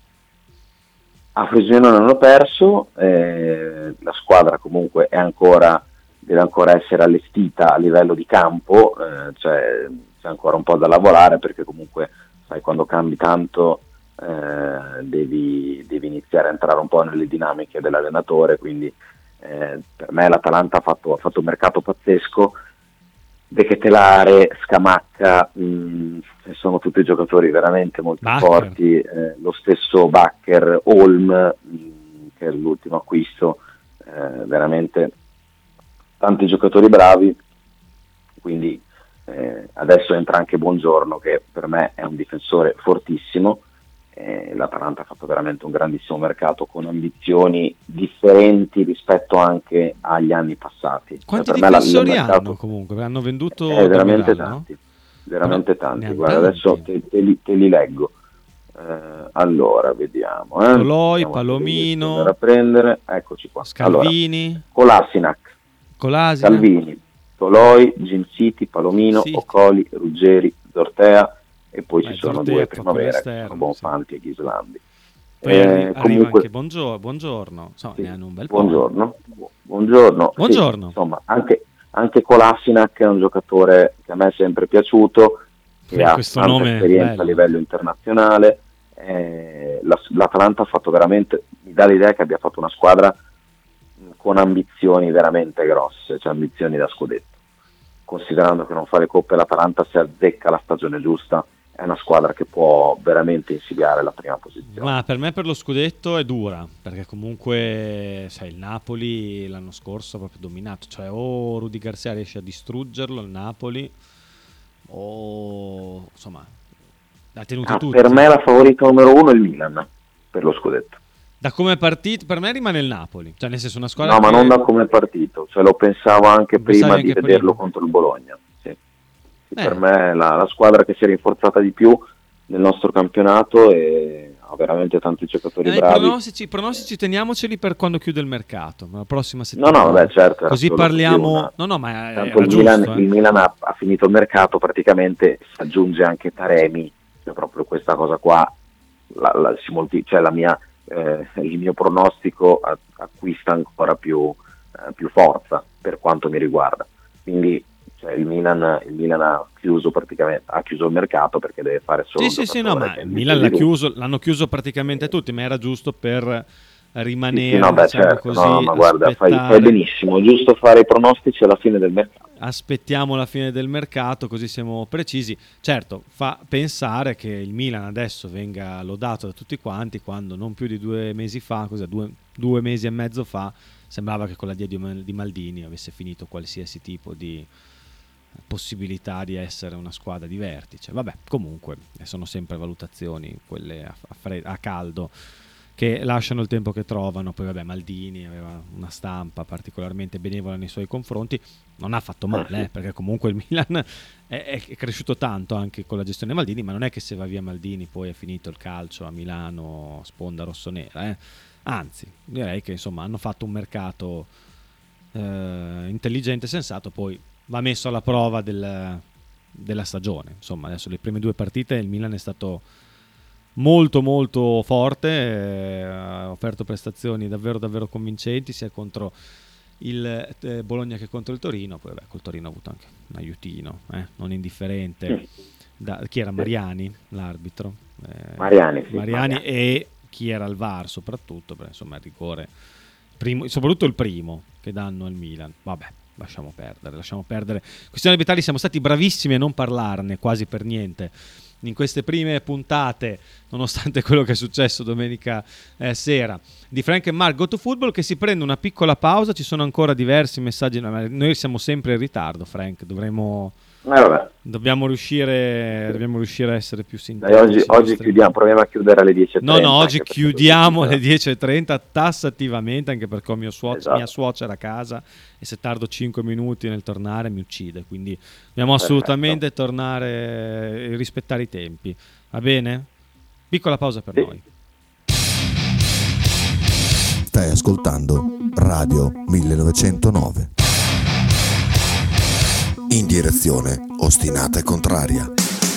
A Frosinone hanno perso, eh, la squadra comunque è ancora, deve ancora essere allestita a livello di campo, eh, cioè c'è ancora un po' da lavorare, perché comunque sai, quando cambi tanto eh, devi, devi iniziare a entrare un po' nelle dinamiche dell'allenatore, quindi eh, per me l'Atalanta ha fatto, ha fatto un mercato pazzesco. De Ketelare, Scamacca, mh, sono tutti giocatori veramente molto Bakker. forti, eh, lo stesso Bakker, Holm, mh, che è l'ultimo acquisto, eh, veramente tanti giocatori bravi, quindi eh, adesso entra anche Buongiorno, che per me è un difensore fortissimo. Eh, l'Atalanta ha fatto veramente un grandissimo mercato con ambizioni differenti rispetto anche agli anni passati. Quanti cioè, per difensori me la, il mercato hanno comunque? Hanno venduto eh, veramente Demiral, tanti, no? veramente No, tanti. ne ha Guarda, tanti. adesso te, te, li, te li leggo. Eh, allora, vediamo. Eh. Toloi, Vediamo Palomino, se andare a prendere. Eccoci qua. Scalvini, Allora, Kolasinac, Kolasinac, Salvini, Toloi, Ginsiti, Palomino, Sì. Ocoli, Ruggeri, Zortea, e poi Beh, ci sono Zortea due proprio primavera, che all'esterno, sono Bonfanti e Ghislandi. poi Eh, arri- arriva comunque, anche Buongiorno, buongiorno. Insomma, sì, ne hanno un bel po'. buongiorno, Bu- buongiorno, Buongiorno. Sì, insomma, anche, anche Kolasinac è un giocatore che a me è sempre piaciuto, che Beh, ha questo tanta nome esperienza bello. a livello internazionale. Eh, la- l'Atalanta ha fatto veramente, mi dà l'idea che abbia fatto una squadra con ambizioni veramente grosse, cioè ambizioni da scudetto. Considerando che non fa le coppe, l'Atalanta, se azzecca la stagione giusta, è una squadra che può veramente insidiare la prima posizione. Ma per me per lo scudetto è dura, perché comunque sai, il Napoli l'anno scorso ha proprio dominato, cioè o Rudy Garcia riesce a distruggerlo il Napoli o insomma ha tenuti Ah, tutti. per me la favorita numero uno è il Milan per lo scudetto. Da come è partito, per me rimane il Napoli, cioè nel senso una squadra No, che... ma non da come è partito, cioè lo pensavo anche Lo pensavi prima di anche vederlo prima? contro il Bologna. Sì. Sì, Eh. Per me è la, la squadra che si è rinforzata di più nel nostro campionato e ha veramente tanti giocatori Eh, i bravi. pronostici, i pronostici teniamoceli per quando chiude il mercato, la prossima No, settimana. no, vabbè, certo. era Così solo parliamo... una- No, no, ma Tanto era il Milan, giusto, eh. il Milan ha, ha finito il mercato, praticamente si aggiunge anche Taremi, cioè proprio questa cosa qua, la, la, si molti- cioè la mia, eh, il mio pronostico a- acquista ancora più, eh, più forza per quanto mi riguarda. Quindi cioè, il, Milan, il Milan ha chiuso praticamente ha chiuso il mercato perché deve fare solo Sì, un sì, sì, no, giocatore ma che è il in Milan vita l'ha di luce. chiuso, l'hanno chiuso praticamente tutti, ma era giusto per rimanere, Sì, sì, no, beh, diciamo certo, così, no, ma guarda, fai, aspettare. fai benissimo, è giusto fare i pronostici alla fine del mercato. Aspettiamo la fine del mercato così siamo precisi. Certo, fa pensare che il Milan adesso venga lodato da tutti quanti quando non più di due mesi fa, cos'è, due, due mesi e mezzo fa, sembrava che con la dia di di Maldini avesse finito qualsiasi tipo di, possibilità di essere una squadra di vertice. Vabbè, comunque sono sempre valutazioni quelle a, a, fred- a caldo, che lasciano il tempo che trovano. Poi vabbè, Maldini aveva una stampa particolarmente benevola nei suoi confronti, non ha fatto male, eh, perché comunque il Milan è, è cresciuto tanto anche con la gestione Maldini, ma non è che se va via Maldini poi è finito il calcio a Milano sponda rossonera, eh. Anzi, direi che insomma hanno fatto un mercato eh, intelligente, sensato. Poi va messo alla prova del, della stagione. Insomma, adesso le prime due partite il Milan è stato molto molto forte, eh, ha offerto prestazioni davvero davvero convincenti sia contro il eh, Bologna che contro il Torino. Poi vabbè, col Torino ha avuto anche un aiutino eh, non indifferente da, chi era Mariani l'arbitro, eh, Mariani, sì, Mariani, Mariani e chi era il V A R soprattutto, perché insomma il rigore primo, soprattutto il primo che danno al Milan. Vabbè, lasciamo perdere, lasciamo perdere. Questione arbitrali, siamo stati bravissimi a non parlarne quasi per niente in queste prime puntate, nonostante quello che è successo domenica eh, sera di Frank and Mark Go to Football, che si prende una piccola pausa. Ci sono ancora diversi messaggi, noi siamo sempre in ritardo, Frank, dovremo eh, vabbè. dobbiamo riuscire dobbiamo riuscire a essere più sintetici. Dai, oggi, oggi chiudiamo, proviamo a chiudere alle dieci e trenta. No, no, oggi chiudiamo alle dieci e trenta tassativamente, anche perché ho mio suo- esatto. mia suocera a casa e se tardo cinque minuti nel tornare mi uccide, quindi dobbiamo assolutamente Perfetto. tornare e rispettare i tempi. Va bene? Piccola pausa per sì. noi. Stai ascoltando Radio millenovecentonove. In direzione ostinata e contraria.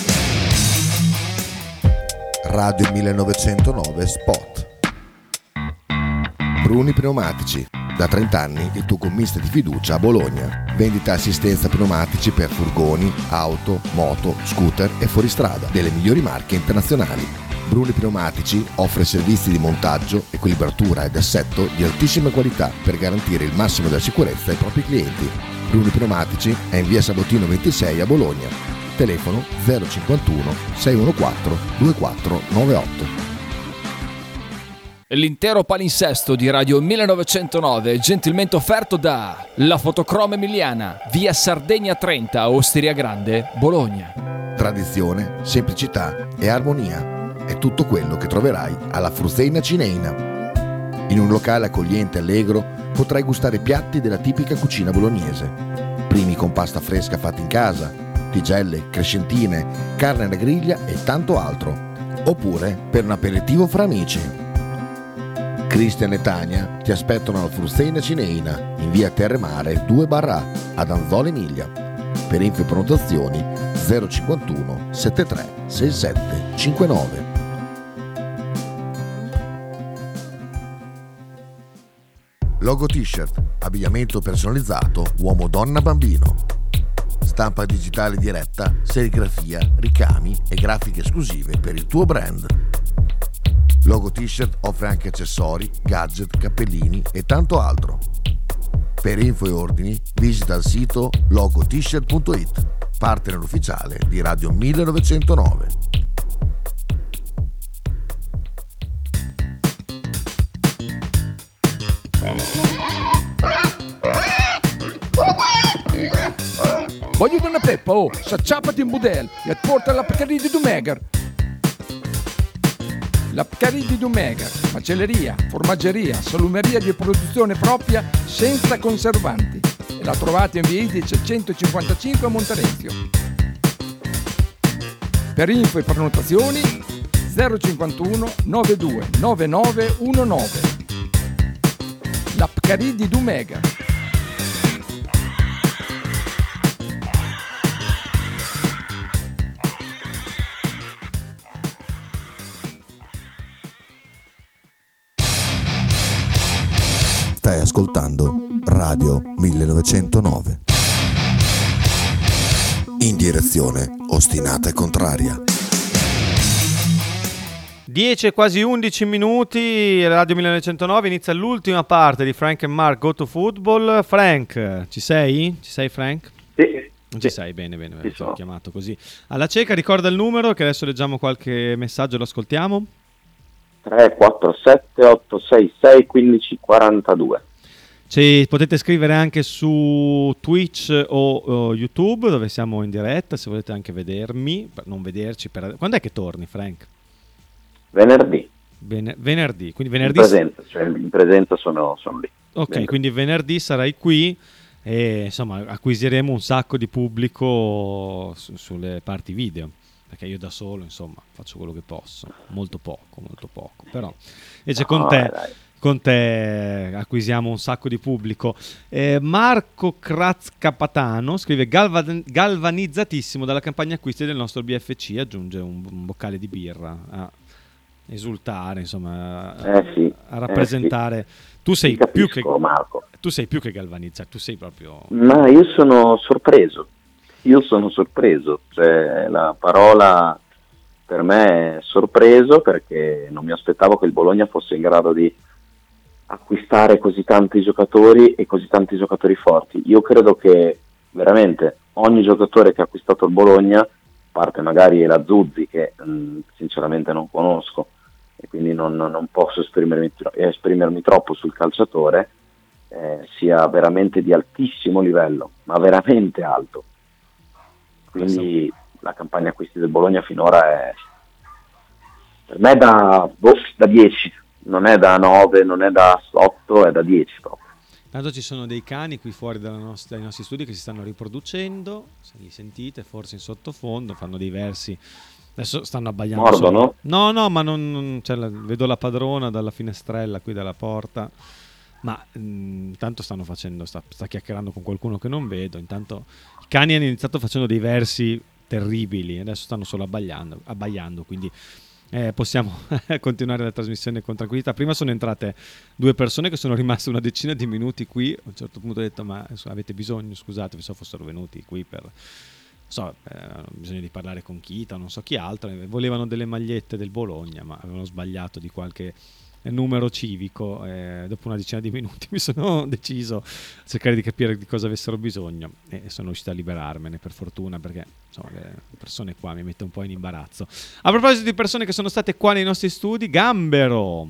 Radio millenovecentonove Spot. Bruni Pneumatici. Da trenta anni il tuo gommista di fiducia a Bologna. Vendita e assistenza pneumatici per furgoni, auto, moto, scooter e fuoristrada delle migliori marche internazionali. Bruni Pneumatici offre servizi di montaggio, equilibratura ed assetto di altissima qualità per garantire il massimo della sicurezza ai propri clienti. Bruni Pneumatici è in via Sabotino ventisei a Bologna. Telefono zero cinquantuno sei quattordici due quattro nove otto. L'intero palinsesto di Radio millenovecentonove è gentilmente offerto da La Fotocroma Emiliana, via Sardegna trenta, Osteria Grande, Bologna. Tradizione, semplicità e armonia è tutto quello che troverai alla Fruzeina Cineina. In un locale accogliente e allegro potrai gustare piatti della tipica cucina bolognese. Primi con pasta fresca fatta in casa, tigelle, crescentine, carne alla griglia e tanto altro. Oppure per un aperitivo fra amici. Cristian e Tania ti aspettano alla Fruzeina Cineina in via Terremare due barra A ad Anzola Emilia. Per info e prenotazioni zero cinquantuno settantatré sessantasette cinquantanove. Logo T-shirt, abbigliamento personalizzato uomo, donna, bambino. Stampa digitale diretta, serigrafia, ricami e grafiche esclusive per il tuo brand. Logo T-shirt offre anche accessori, gadget, cappellini e tanto altro. Per info e ordini visita il sito logo t shirt punto it, partner ufficiale di Radio millenovecentonove. Voglio una peppa, oh, s'acciappati in budel e porta la Pcaridi di Dumegar. La Pcaridi di Dumegar, macelleria, formaggeria, salumeria di produzione propria senza conservanti. E la trovate in via Idice centocinquantacinque a Monterezio. Per info e prenotazioni zero cinquantuno novantadue novantanove diciannove. La Pcaridi di Dumegar. Stai ascoltando Radio millenovecentonove. In direzione ostinata e contraria. dieci e quasi undici minuti, Radio millenovecentonove, inizia l'ultima parte di Frank and Mark Go to Football. Frank, ci sei? Ci sei Frank? Sì. Non ci sei, bene, bene, ti ho chiamato così. Alla cieca, ricorda il numero che adesso leggiamo qualche messaggio e lo ascoltiamo. tre quattro sette otto sei sei uno cinque quattro due. Ci potete scrivere anche su Twitch o, o YouTube, dove siamo in diretta, se volete anche vedermi, per non vederci. Per... Quando è che torni, Frank? Venerdì. Bene, venerdì, quindi venerdì... In presenza, cioè in presenza sono, sono lì. Ok, venerdì. Quindi venerdì sarai qui e insomma acquisiremo un sacco di pubblico su, sulle parti video, perché io da solo insomma faccio quello che posso, molto poco, molto poco, però invece No, con te... dai. Con te acquisiamo un sacco di pubblico. Eh, Marco Crazcapatano scrive: Galva- galvanizzatissimo dalla campagna acquisti del nostro B F C. Aggiunge un, un boccale di birra a esultare, insomma, a, Eh sì, a rappresentare. eh sì. Tu sei Ti più che capisco, Marco. tu sei più che galvanizzato, tu sei proprio. Ma io sono sorpreso. Io sono sorpreso. Cioè, la parola per me è sorpreso, perché non mi aspettavo che il Bologna fosse in grado di acquistare così tanti giocatori e così tanti giocatori forti. Io credo che veramente ogni giocatore che ha acquistato il Bologna, a parte magari la Zuzzi che mh, sinceramente non conosco e quindi non, non posso esprimermi, esprimermi troppo sul calciatore, eh, sia veramente di altissimo livello, ma veramente alto. Quindi la campagna acquisti del Bologna finora è per me da, boh, da dieci. Non è da nove, non è da otto, è da dieci proprio. Tanto ci sono dei cani qui fuori dalla nostra, dai nostri studi che si stanno riproducendo, se li sentite forse in sottofondo, fanno dei versi, adesso stanno abbaiando. Mordono? Solo. No, no, ma non, non cioè, la, vedo la padrona dalla finestrella qui dalla porta, ma mh, intanto stanno facendo, sta, sta chiacchierando con qualcuno che non vedo, intanto i cani hanno iniziato facendo dei versi terribili, adesso stanno solo abbaiando, abbaiando quindi... Eh, possiamo continuare la trasmissione con tranquillità. Prima sono entrate due persone che sono rimaste una decina di minuti qui. A un certo punto ho detto: ma avete bisogno, scusate, se fossero venuti qui per so, eh, bisogno di parlare con Kita, non so chi altro. Volevano delle magliette del Bologna, ma avevano sbagliato di qualche numero civico. Eh, dopo una decina di minuti mi sono deciso a cercare di capire di cosa avessero bisogno e sono riuscito a liberarmene, per fortuna, perché insomma, le persone qua mi mette un po' in imbarazzo. A proposito di persone che sono state qua nei nostri studi, Gambero.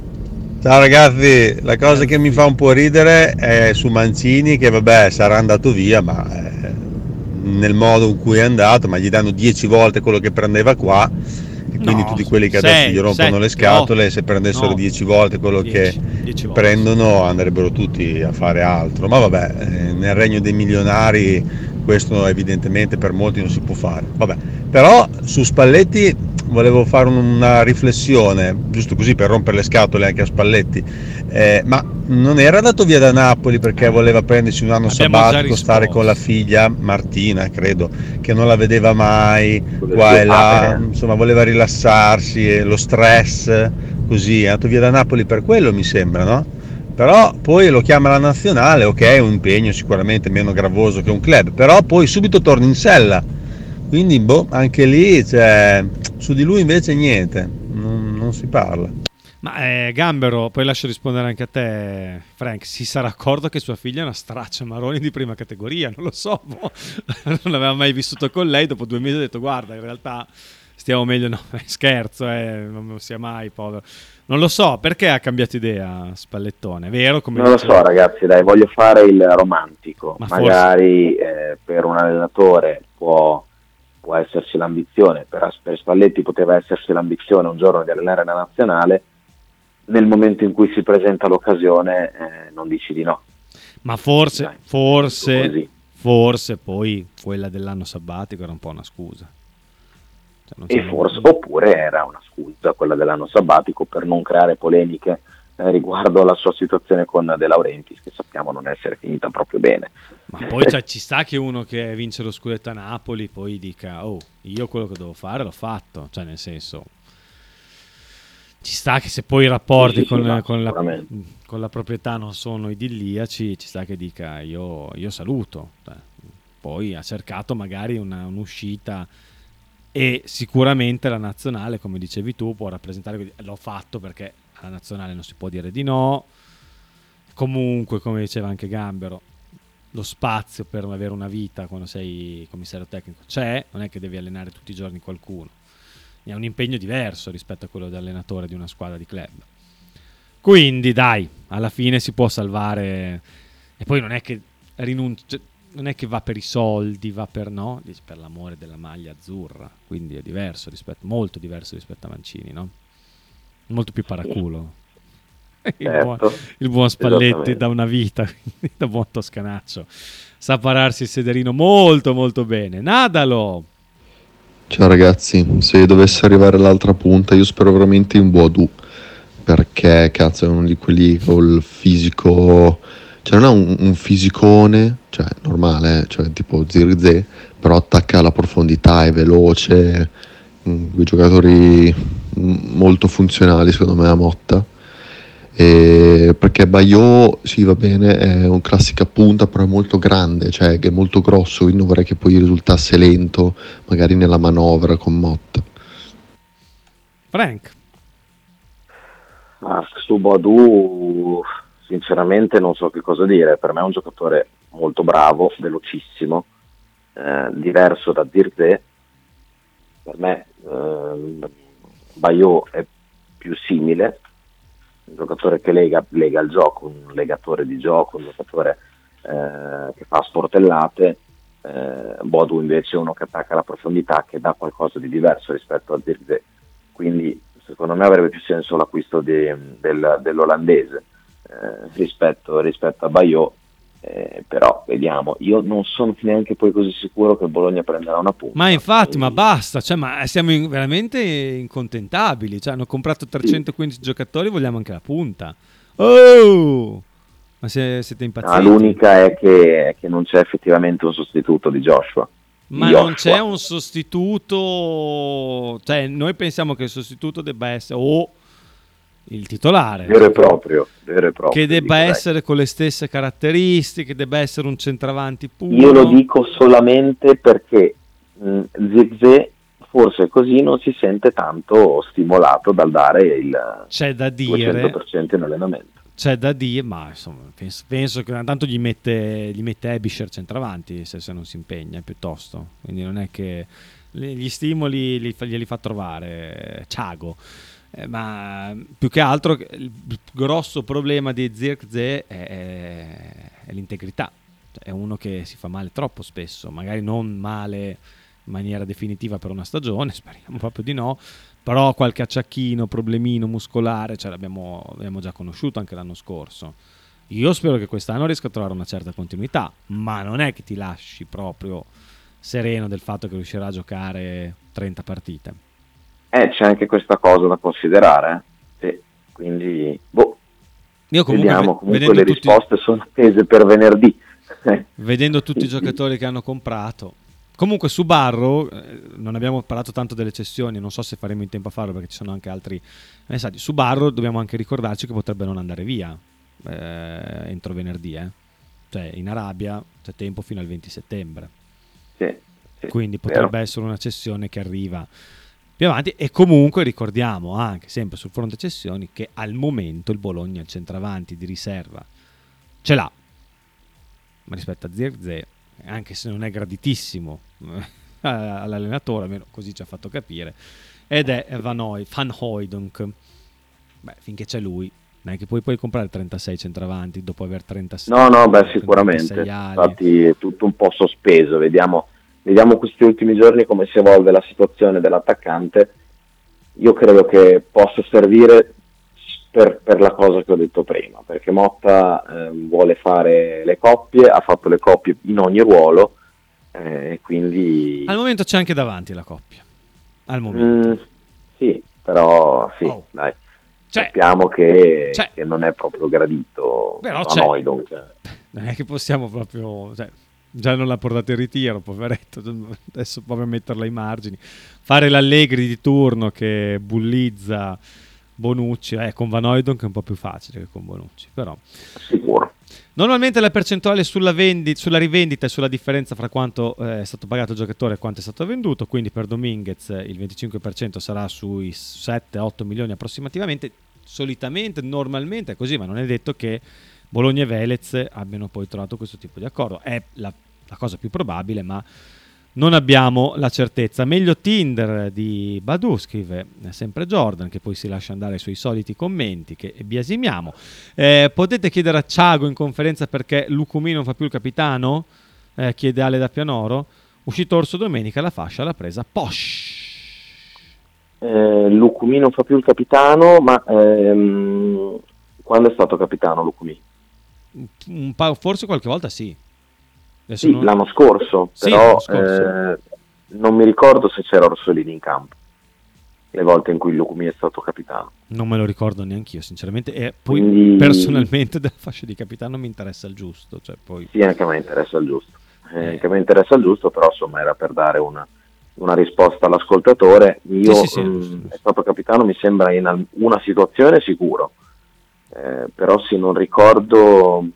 Ciao ragazzi, la cosa che mi fa un po' ridere è su Mancini, che vabbè sarà andato via, ma eh, nel modo in cui è andato, ma gli danno dieci volte quello che prendeva qua, e quindi No, tutti quelli che sei, adesso gli rompono sette, le scatole, otto, se prendessero no. dieci volte quello dieci, che dieci volte. prendono andrebbero tutti a fare altro, ma vabbè, eh, nel regno dei milionari questo evidentemente per molti non si può fare. Vabbè, però su Spalletti volevo fare una riflessione, giusto così per rompere le scatole anche a Spalletti, eh, ma non era andato via da Napoli perché voleva prendersi un anno Abbiamo già sabbatico, risposto. stare con la figlia Martina, credo, che non la vedeva mai, Con le qua sue e là, papere. insomma voleva rilassarsi, e lo stress, così, è andato via da Napoli per quello mi sembra, no? Però poi lo chiama la nazionale, ok, è un impegno sicuramente meno gravoso che un club, però poi subito torna in sella, quindi boh, anche lì, cioè, su di lui invece niente, non, non si parla. Ma eh, Gambero, poi lascio rispondere anche a te, Frank. Si sarà accorto che sua figlia è una straccia marroni di prima categoria? Non lo so, boh. Non aveva mai vissuto con lei. Dopo due mesi ha detto: guarda, in realtà stiamo meglio. No, scherzo, eh, non sia mai povero. Non lo so, perché ha cambiato idea Spallettone? Vero? Come Non lo diceva- so ragazzi, dai, voglio fare il romantico. Ma Magari eh, per un allenatore può, può esserci l'ambizione, per, per Spalletti poteva esserci l'ambizione un giorno di allenare la nazionale. Nel momento in cui si presenta l'occasione eh, non dici di no. Ma forse, Dai, forse, così. forse poi quella dell'anno sabbatico era un po' una scusa. Cioè, non E so- forse, oppure era una scusa quella dell'anno sabbatico per non creare polemiche eh, riguardo alla sua situazione con De Laurentiis, che sappiamo non essere finita proprio bene. Ma poi cioè, ci sta che uno che vince lo scudetto a Napoli poi dica: oh, io quello che devo fare l'ho fatto. Cioè, nel senso, ci sta che se poi i rapporti Sì, sì, con, sì, no, con la, sicuramente. con la proprietà non sono idilliaci, ci sta che dica: io, io saluto. Cioè, poi ha cercato magari una, un'uscita, e sicuramente la nazionale, come dicevi tu, può rappresentare. L'ho fatto perché alla nazionale non si può dire di no. Comunque, come diceva anche Gambero, lo spazio per avere una vita quando sei commissario tecnico c'è, non è che devi allenare tutti i giorni qualcuno, è un impegno diverso rispetto a quello di allenatore di una squadra di club. Quindi dai, alla fine si può salvare, e poi non è che rinuncia, non è che va per i soldi, va per no, dice per l'amore della maglia azzurra, quindi è diverso rispetto, molto diverso rispetto a Mancini, no? Molto più paraculo. Il, Certo, buon, il buon Spalletti esattamente. da una vita, quindi da buon toscanaccio, sa pararsi il sederino molto molto bene. Nadalo. Ciao ragazzi, se dovesse arrivare l'altra punta io spero veramente in Boadu, perché cazzo è uno di quelli col fisico, cioè non è un, un fisicone, cioè normale, eh, cioè tipo Zirkzee, però attacca alla profondità, è veloce, mm, quei giocatori mm, molto funzionali secondo me a Motta. E perché Bayo sì va bene, è un classica punta però è molto grande, cioè che è molto grosso, quindi non vorrei che poi risultasse lento magari nella manovra con Motta. Frank. Ma su Boadu sinceramente non so che cosa dire, per me è un giocatore molto bravo, velocissimo, eh, diverso da Zirkzee. Per me eh, Bayo è più simile, un giocatore che lega, lega il gioco, un legatore di gioco, un giocatore eh, che fa sportellate. eh, Boadu invece è uno che attacca la profondità, che dà qualcosa di diverso rispetto a Zirkzee, quindi secondo me avrebbe più senso l'acquisto di, del, dell'olandese eh, rispetto, rispetto a Bayo, eh, però vediamo, io non sono neanche poi così sicuro che il Bologna prenderà una punta. Ma infatti, ma basta, cioè, ma siamo in- veramente incontentabili, cioè, hanno comprato trecentoquindici giocatori, vogliamo anche la punta. Oh! Ma se, siete impazziti? Ah, l'unica è che, è che non c'è effettivamente un sostituto di Joshua. Ma Di non Joshua. c'è un sostituto, cioè noi pensiamo che il sostituto debba essere o il titolare, Vero e proprio, vero e proprio. che debba dico, dai. essere con le stesse caratteristiche, debba essere un centravanti puro. Io lo dico solamente perché mh, Zirkzee forse così non si sente tanto stimolato dal dare il C'è da dire, duecento per cento in allenamento. c'è da dire, ma insomma penso, penso che tanto gli mette, gli mette Ebischer centravanti se, se non si impegna piuttosto, quindi non è che li- gli stimoli li, fa- glieli fa trovare Thiago. Eh, ma più che altro il grosso problema di Zirkzee è, è, è l'integrità. Cioè, è uno che si fa male troppo spesso, magari non male in maniera definitiva per una stagione, speriamo proprio di no, però qualche acciacchino, problemino muscolare, cioè l'abbiamo, l'abbiamo già conosciuto anche l'anno scorso. Io spero che quest'anno riesca a trovare una certa continuità, ma non è che ti lasci proprio sereno del fatto che riuscirà a giocare trenta partite. Eh, c'è anche questa cosa da considerare, eh. Sì, quindi boh. Io comunque, Vediamo, ve- comunque vedendo le tutti- risposte sono attese per venerdì. Vedendo tutti i giocatori che hanno comprato. Comunque su Barro, eh, non abbiamo parlato tanto delle cessioni, non so se faremo in tempo a farlo perché ci sono anche altri messaggi. Su Barro dobbiamo anche ricordarci che potrebbe non andare via eh, entro venerdì, eh. Cioè in Arabia c'è tempo fino al venti settembre. Sì, sì, Quindi potrebbe vero. essere una cessione che arriva più avanti. E comunque ricordiamo anche sempre sul fronte cessioni che al momento il Bologna il centravanti di riserva ce l'ha, ma rispetto a Zirkzee, anche se non è graditissimo eh, all'allenatore, almeno così ci ha fatto capire, ed è Van, Hoy, Van Hooijdonk. Beh, finché c'è lui non è che poi puoi comprare trentasei centravanti dopo aver trentasei. No, no, beh, sicuramente. trentasei ali. Infatti è tutto un po' sospeso. Vediamo, vediamo questi ultimi giorni come si evolve la situazione dell'attaccante. Io credo che possa servire per, per la cosa che ho detto prima, perché Motta eh, vuole fare le coppie, ha fatto le coppie in ogni ruolo, e eh, quindi... Al momento c'è anche davanti la coppia. Al momento. Mm, sì, però sì, Oh. dai. C'è. Sappiamo che, C'è. che non è proprio gradito Però a c'è. noi, dunque. Non è che possiamo proprio, cioè, già non l'ha portato in ritiro, poveretto, adesso proprio metterla ai margini, fare l'Allegri di turno che bullizza Bonucci, eh, con Van Hooijdonk è un po' più facile che con Bonucci, però Sicuro. normalmente la percentuale sulla, vendi- sulla rivendita è sulla differenza fra quanto eh, è stato pagato il giocatore e quanto è stato venduto, quindi per Dominguez eh, il venticinque per cento sarà sui sette otto milioni approssimativamente, solitamente, normalmente è così, ma non è detto che Bologna e Velez abbiano poi trovato questo tipo di accordo, è la, la cosa più probabile, ma non abbiamo la certezza. Meglio Tinder di Badu, scrive sempre Jordan, che poi si lascia andare ai suoi soliti commenti che biasimiamo. Eh, potete chiedere a Thiago in conferenza perché Lucumi non fa più il capitano? Eh, chiede Ale da Pianoro. Uscito Orso domenica, la fascia l'ha presa Posh. Eh, Lucumi non fa più il capitano, ma ehm, quando è stato capitano Lucumi? Un pa- forse qualche volta sì. Adesso Sì, non... l'anno scorso, Sì, però l'anno scorso. Eh, non mi ricordo se c'era Orsolini in campo le volte in cui Lucumi è stato capitano. Non me lo ricordo neanche io, sinceramente. E poi Quindi... personalmente della fascia di capitano mi interessa il giusto. Cioè, poi... Sì, anche a me interessa il giusto. Eh, anche a me interessa il giusto, però insomma era per dare una, una risposta all'ascoltatore. Io Sì, sì, sì, mh, è stato capitano, mi sembra, in al- una situazione sicuro. Eh, però sì, non ricordo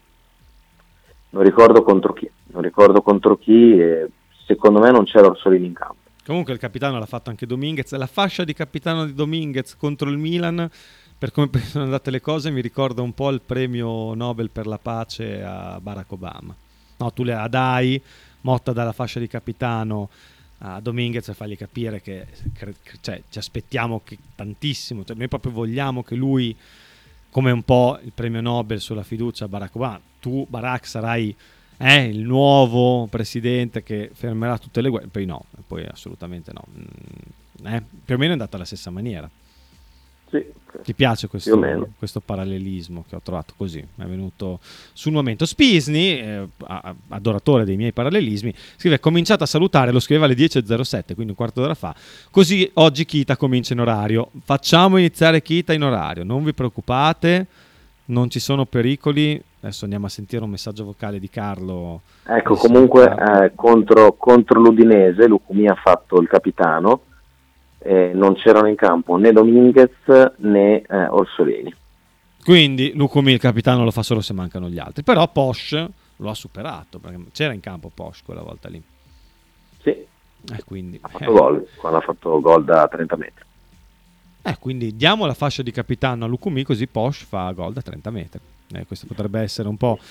non ricordo contro chi non ricordo contro chi e secondo me non c'era Orsolini in campo. Comunque il capitano l'ha fatto anche Dominguez. La fascia di capitano di Dominguez contro il Milan, per come sono andate le cose, mi ricorda un po' il premio Nobel per la pace a Barack Obama. No, tu le dai Motta dalla fascia di capitano a Dominguez e fargli capire che cioè, ci aspettiamo che tantissimo, cioè, noi proprio vogliamo che lui, come un po' il premio Nobel sulla fiducia a Barack Obama, tu Barack sarai eh, il nuovo presidente che fermerà tutte le guerre, poi no, poi assolutamente no. Eh, più o meno è andata alla stessa maniera. Sì, ti piace questo, questo parallelismo che ho trovato così? È venuto sul momento. Spisni, eh, adoratore dei miei parallelismi, scrive: cominciate a salutare, lo scriveva alle dieci e zero sette, quindi un quarto d'ora fa, così oggi Kita comincia in orario. Facciamo iniziare Kita in orario, non vi preoccupate, non ci sono pericoli. Adesso andiamo a sentire un messaggio vocale di Carlo. Ecco, comunque eh, contro, contro l'Udinese Lucumi ha fatto il capitano. Eh, non c'erano in campo né Dominguez né eh, Orsolini. Quindi Lucumi il capitano lo fa solo se mancano gli altri. Però Posh lo ha superato, perché c'era in campo Posh quella volta lì. Sì, eh, quindi, ha fatto eh. gol, quando ha fatto gol da trenta metri. Eh, quindi diamo la fascia di capitano a Lucumi, così Posh fa gol da trenta metri. Eh, questo potrebbe essere un po'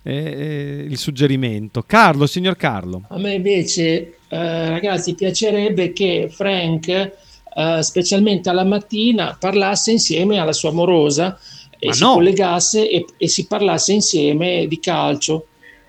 eh, il suggerimento. Carlo, signor Carlo. A me invece, eh, ragazzi, piacerebbe che Frank, eh, specialmente alla mattina, parlasse insieme alla sua amorosa e Ma si no. collegasse e, e si parlasse insieme di calcio.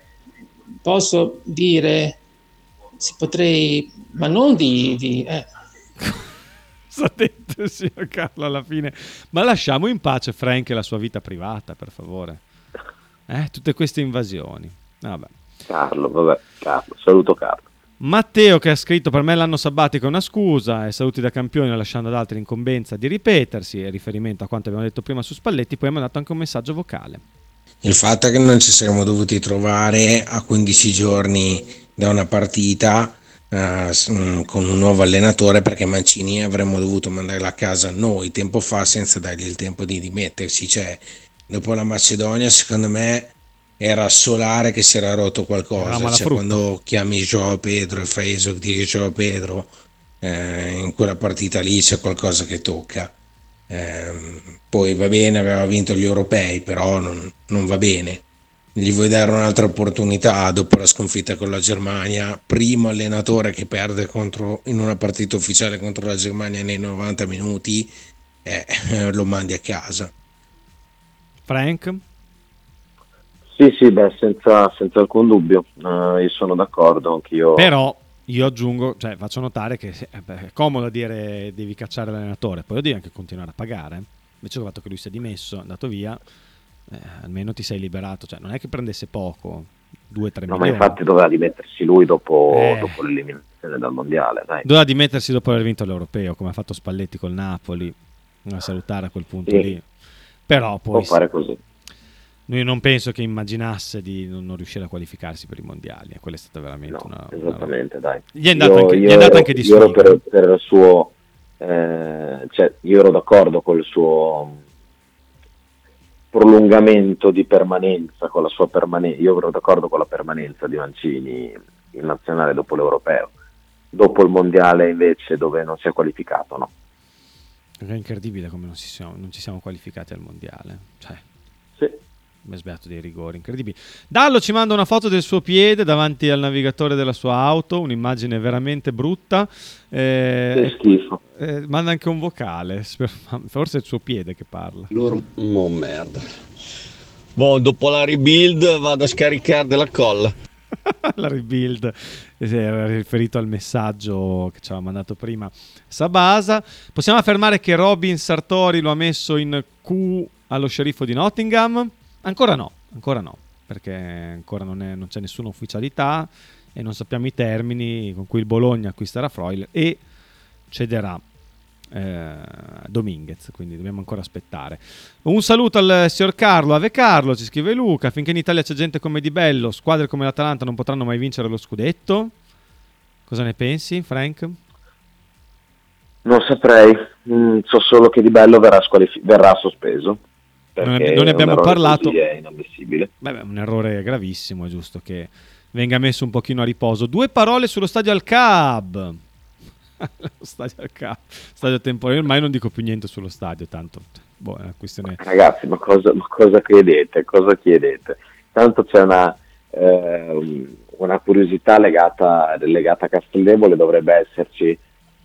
Posso dire, si potrei, ma non di... di eh. Cosa ha detto il signor Carlo alla fine? Ma lasciamo in pace Frank e la sua vita privata, per favore. Eh, tutte queste invasioni. Vabbè. Carlo, vabbè, Carlo, saluto Carlo. Matteo che ha scritto: per me l'anno sabbatico è una scusa, e saluti da campione lasciando ad altri l'incombenza di ripetersi, e riferimento a quanto abbiamo detto prima su Spalletti. Poi ha mandato anche un messaggio vocale. Il fatto è che non ci saremmo dovuti trovare a quindici giorni da una partita uh, con un nuovo allenatore, perché Mancini avremmo dovuto mandarla a casa noi tempo fa senza dargli il tempo di dimettersi. Cioè, dopo la Macedonia, secondo me era Solare che si era rotto qualcosa. Cioè, quando chiami Joao Pedro e fai esordire Joao Pedro eh, in quella partita lì c'è qualcosa che tocca. Eh, poi va bene, aveva vinto gli europei, però non, non va bene. Gli vuoi dare un'altra opportunità dopo la sconfitta con la Germania, primo allenatore che perde contro, in una partita ufficiale contro la Germania nei novanta minuti, eh, lo mandi a casa. Frank? Sì, sì, beh, senza, senza alcun dubbio, uh, io sono d'accordo, anch'io. Però io aggiungo, cioè faccio notare che eh, beh, è comodo dire devi cacciare l'allenatore, poi lo devi anche continuare a pagare. Invece il fatto che lui sia dimesso, è andato via, eh, almeno ti sei liberato, cioè non è che prendesse poco, due tre no, milioni. Ma infatti doveva dimettersi lui dopo, Eh. dopo l'eliminazione dal mondiale, dai. Doveva dimettersi dopo aver vinto l'Europeo, come ha fatto Spalletti col Napoli, a salutare a quel punto Sì. lì. Però poi Può fare così. Lui non penso che immaginasse di non, non riuscire a qualificarsi per i mondiali, e quella è stata veramente No, una, esattamente, una... dai. Gli è andato Io- anche, gli io è andato ero- anche di io ero sfiga. per, per il suo, eh, cioè io ero d'accordo col suo prolungamento di permanenza, con la sua permanenza. Io ero d'accordo con la permanenza di Mancini in nazionale dopo l'Europeo. Dopo il mondiale invece, dove non si è qualificato, no? È incredibile come non, si siamo, non ci siamo qualificati al mondiale. Cioè, Sì. mi è sbagliato dei rigori incredibili. Dallo ci manda una foto del suo piede davanti al navigatore della sua auto, un'immagine veramente brutta. Eh, Che schifo. eh, manda anche un vocale, forse è il suo piede che parla. Loro... Oh merda. Boh, dopo la rebuild vado a scaricare della colla. La rebuild era riferito al messaggio che ci aveva mandato prima Sabasa. Possiamo affermare che Robin Sartori lo ha messo in Q allo sceriffo di Nottingham? Ancora no, ancora no, perché ancora non, è, non c'è nessuna ufficialità e non sappiamo i termini con cui il Bologna acquisterà Freuler e cederà eh, Dominguez, quindi dobbiamo ancora aspettare. Un saluto al signor Carlo, Ave Carlo, ci scrive Luca. Finché in Italia c'è gente come Di Bello, squadre come l'Atalanta non potranno mai vincere lo scudetto. Cosa ne pensi, Frank? Non saprei, mm, so solo che Di Bello verrà, squalif- verrà sospeso. Non, ne, non ne abbiamo parlato. È inammissibile. Beh, è un errore gravissimo, è giusto che venga messo un pochino a riposo. Due parole sullo stadio Al Cab. Lo stadio Al Cab, stadio temporaneo, ormai non dico più niente sullo stadio, tanto boh, è una questione. Ma ragazzi, ma cosa, ma cosa chiedete? Cosa chiedete? Tanto c'è una, eh, una curiosità legata, legata a Casteldebole, dovrebbe esserci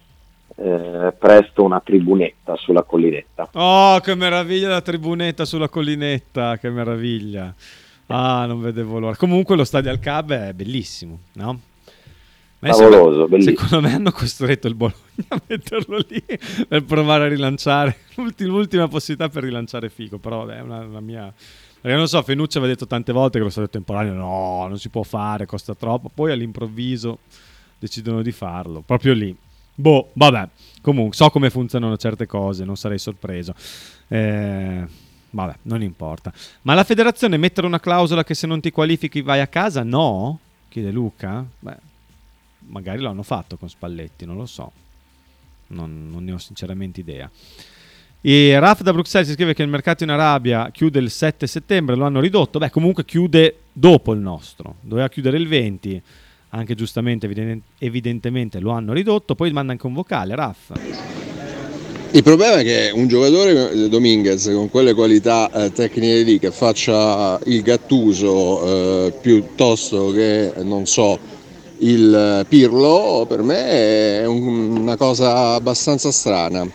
eh, presto una tribunetta sulla collinetta. Oh, che meraviglia la tribunetta sulla collinetta, che meraviglia. Ah, non vedevo l'ora. Comunque lo stadio Al Cab è bellissimo, no? Ma Favoloso, secondo, secondo me hanno costretto il Bologna a metterlo lì per provare a rilanciare l'ultima possibilità per rilanciare Figo, però è una, una mia, perché non so, Fenucci aveva detto tante volte che lo stadio temporaneo no, non si può fare, costa troppo, poi all'improvviso decidono di farlo proprio lì. Boh, vabbè, comunque so come funzionano certe cose, non sarei sorpreso. Eh, vabbè, non importa. Ma la federazione mettere una clausola che se non ti qualifichi vai a casa? No? Chiede Luca. Beh, magari lo hanno fatto con Spalletti, non lo so, non, non ne ho sinceramente idea. E Raf da Bruxelles si scrive che il mercato in Arabia chiude il sette settembre, lo hanno ridotto. Beh, comunque chiude dopo il nostro, doveva chiudere il venti, anche giustamente evident- evidentemente lo hanno ridotto. Poi manda anche un vocale, Raf. Il problema è che un giocatore Dominguez con quelle qualità eh, tecniche lì, che faccia il Gattuso eh, piuttosto che non so il Pirlo, per me è un, una cosa abbastanza strana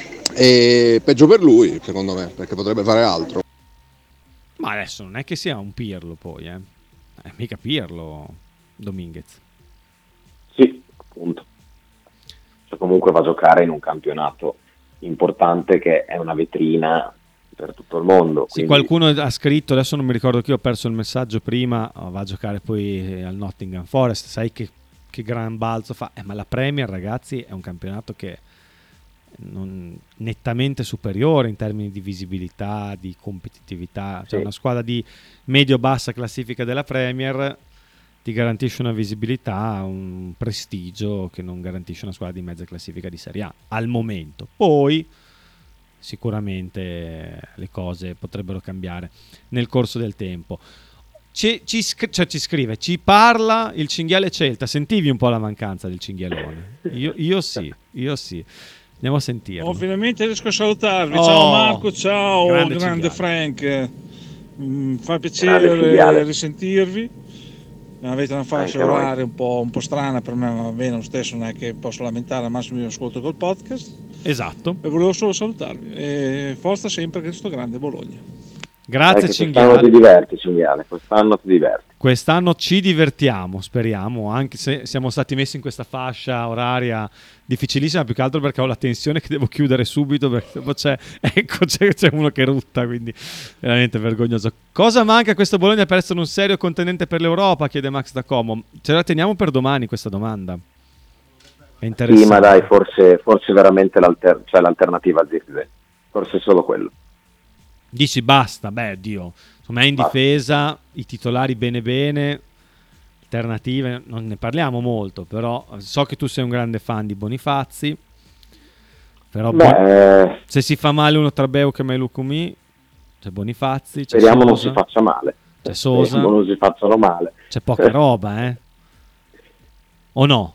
e peggio per lui secondo me, perché potrebbe fare altro. Ma adesso non è che sia un Pirlo poi eh, è mica Pirlo Dominguez. Sì, appunto, cioè, comunque va a giocare in un campionato importante che è una vetrina per tutto il mondo. Sì, quindi... qualcuno ha scritto, adesso non mi ricordo chi, ho perso il messaggio prima, oh, va a giocare poi al Nottingham Forest, sai che, che gran balzo fa, eh, ma la Premier, ragazzi, è un campionato che è non, nettamente superiore in termini di visibilità, di competitività, cioè sì. Una squadra di medio-bassa classifica della Premier ti garantisce una visibilità, un prestigio che non garantisce una squadra di mezza classifica di Serie A al momento. Poi sicuramente le cose potrebbero cambiare nel corso del tempo. Ci, ci, cioè ci scrive, ci parla il cinghiale Celta. Sentivi un po' la mancanza del cinghialone? Io, io sì, io sì. Andiamo a sentirlo. Oh, finalmente riesco a salutarvi. Oh, ciao Marco, ciao grande, grande Frank. Mm, fa piacere risentirvi. Avete una fascia oraria un po', un po' strana per me, ma va bene lo stesso, non è che posso lamentare, al massimo io ascolto col podcast. Esatto. E volevo solo salutarvi. E forza sempre questo grande Bologna. Grazie eh, Cinghiale. Quest'anno ti diverti, Cinghiale, quest'anno ti diverti. Quest'anno ci divertiamo, speriamo, anche se siamo stati messi in questa fascia oraria difficilissima, più che altro perché ho la tensione che devo chiudere subito, perché dopo c'è, ecco, c'è, c'è uno che rutta, quindi veramente vergognoso. Cosa manca a questo Bologna per essere un serio contendente per l'Europa? Chiede Max da Como. Ce la teniamo per domani questa domanda. È interessante. Sì, ma dai, forse, forse veramente l'alter- cioè l'alternativa a Zirkzee, forse solo quello. Dici basta, beh Dio, insomma è in difesa, i titolari bene bene, alternative non ne parliamo molto, però so che tu sei un grande fan di Bonifazzi, però beh, Bon- se si fa male uno tra Beuch e Melukumi, c'è Bonifazzi, c'è speriamo Sosa, non si faccia male, c'è Sosa, speriamo non si facciano male, c'è poca roba, eh? O no?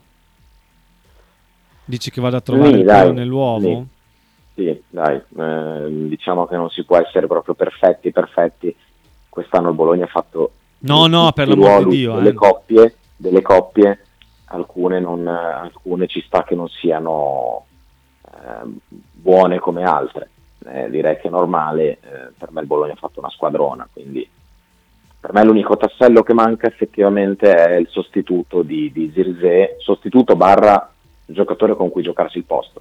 Dici che vado a trovare sì, il dai, pelo nell'uovo? Sì. Sì, dai, eh, diciamo che non si può essere proprio perfetti, perfetti quest'anno il Bologna ha fatto no no per tutti i l'amor di ruoli Dio delle eh. coppie, delle coppie alcune, non, alcune ci sta che non siano eh, buone come altre, eh, direi che è normale. Eh, per me il Bologna ha fatto una squadrona, quindi per me l'unico tassello che manca effettivamente è il sostituto di, di Zirkzee, sostituto barra giocatore con cui giocarsi il posto,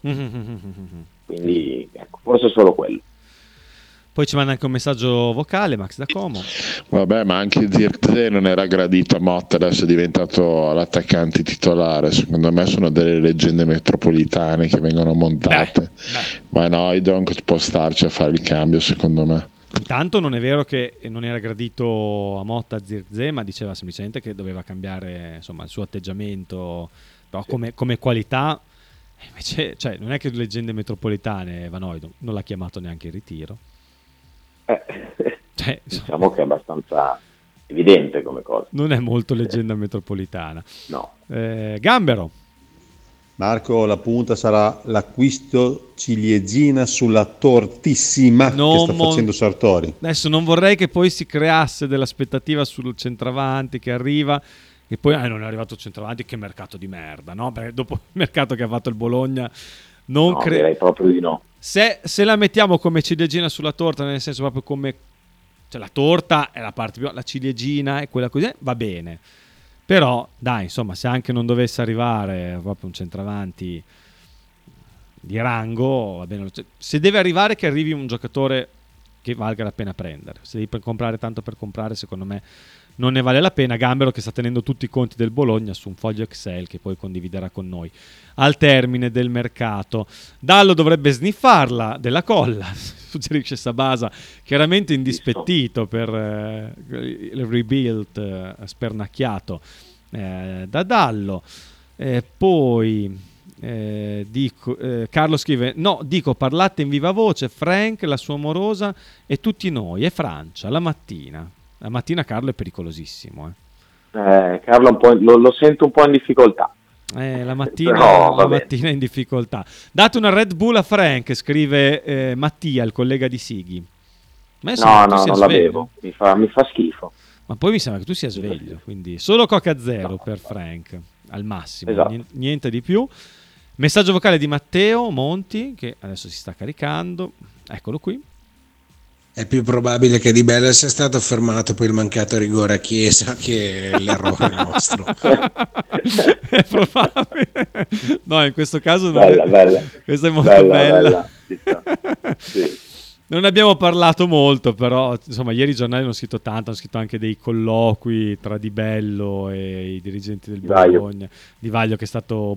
quindi ecco, forse solo quello. Poi ci manda anche un messaggio vocale Max da Como. Vabbè, ma anche Zirkzee non era gradito a Motta, adesso è diventato l'attaccante titolare. Secondo me sono delle leggende metropolitane che vengono montate, beh, beh. ma no, Idonk può starci a fare il cambio, secondo me. Intanto non è vero che non era gradito a Motta Zirkzee, ma diceva semplicemente che doveva cambiare, insomma, il suo atteggiamento, però sì. come, come qualità invece, cioè, non è che leggende metropolitane Van Hooijdonk non l'ha chiamato neanche in ritiro. Eh, cioè, diciamo che è abbastanza evidente come cosa. Non è molto leggenda metropolitana. No. Eh, Gambero. Marco, la punta sarà l'acquisto ciliegina sulla tortissima non che sta mon- facendo Sartori. Adesso non vorrei che poi si creasse dell'aspettativa sul centravanti che arriva e poi ah, non è arrivato il centravanti, che mercato di merda, no? Perché dopo il mercato che ha fatto il Bologna non no, credo. Direi proprio di no. Se, se la mettiamo come ciliegina sulla torta, nel senso proprio come, cioè la torta è la parte più, la ciliegina è quella così, va bene. Però dai, insomma, se anche non dovesse arrivare proprio un centravanti di rango, va bene. Se deve arrivare, che arrivi un giocatore che valga la pena prendere. Se devi comprare tanto per comprare, secondo me non ne vale la pena. Gambero che sta tenendo tutti i conti del Bologna su un foglio Excel che poi condividerà con noi al termine del mercato. Dallo dovrebbe sniffarla della colla, suggerisce Sabasa, chiaramente indispettito per eh, il rebuild eh, spernacchiato eh, da Dallo. Eh, poi eh, dico, eh, Carlo scrive: no, dico, parlate in viva voce, Frank, la sua amorosa e tutti noi, e Francia, la mattina. La mattina Carlo è pericolosissimo. Eh, eh Carlo un po' lo, lo sento un po' in difficoltà. Eh, la mattina, no, la mattina è in difficoltà. Date una Red Bull a Frank, scrive eh, Mattia, il collega di Sighi. Ma no, no, non la bevo, mi fa, mi fa schifo. Ma poi mi sembra che tu sia sveglio, quindi solo Coca Zero no. per Frank, al massimo, esatto. Niente di più. Messaggio vocale di Matteo Monti, che adesso si sta caricando, eccolo qui. È più probabile che Di Bella sia stato fermato per il mancato rigore a Chiesa che l'errore nostro. È probabile. No, in questo caso non bella, è... bella. Questa è molto bella. bella. Sì. Non ne abbiamo parlato molto, però insomma ieri i giornali hanno scritto tanto, hanno scritto anche dei colloqui tra Di Bello e i dirigenti del Bologna. Di Vaglio che è stato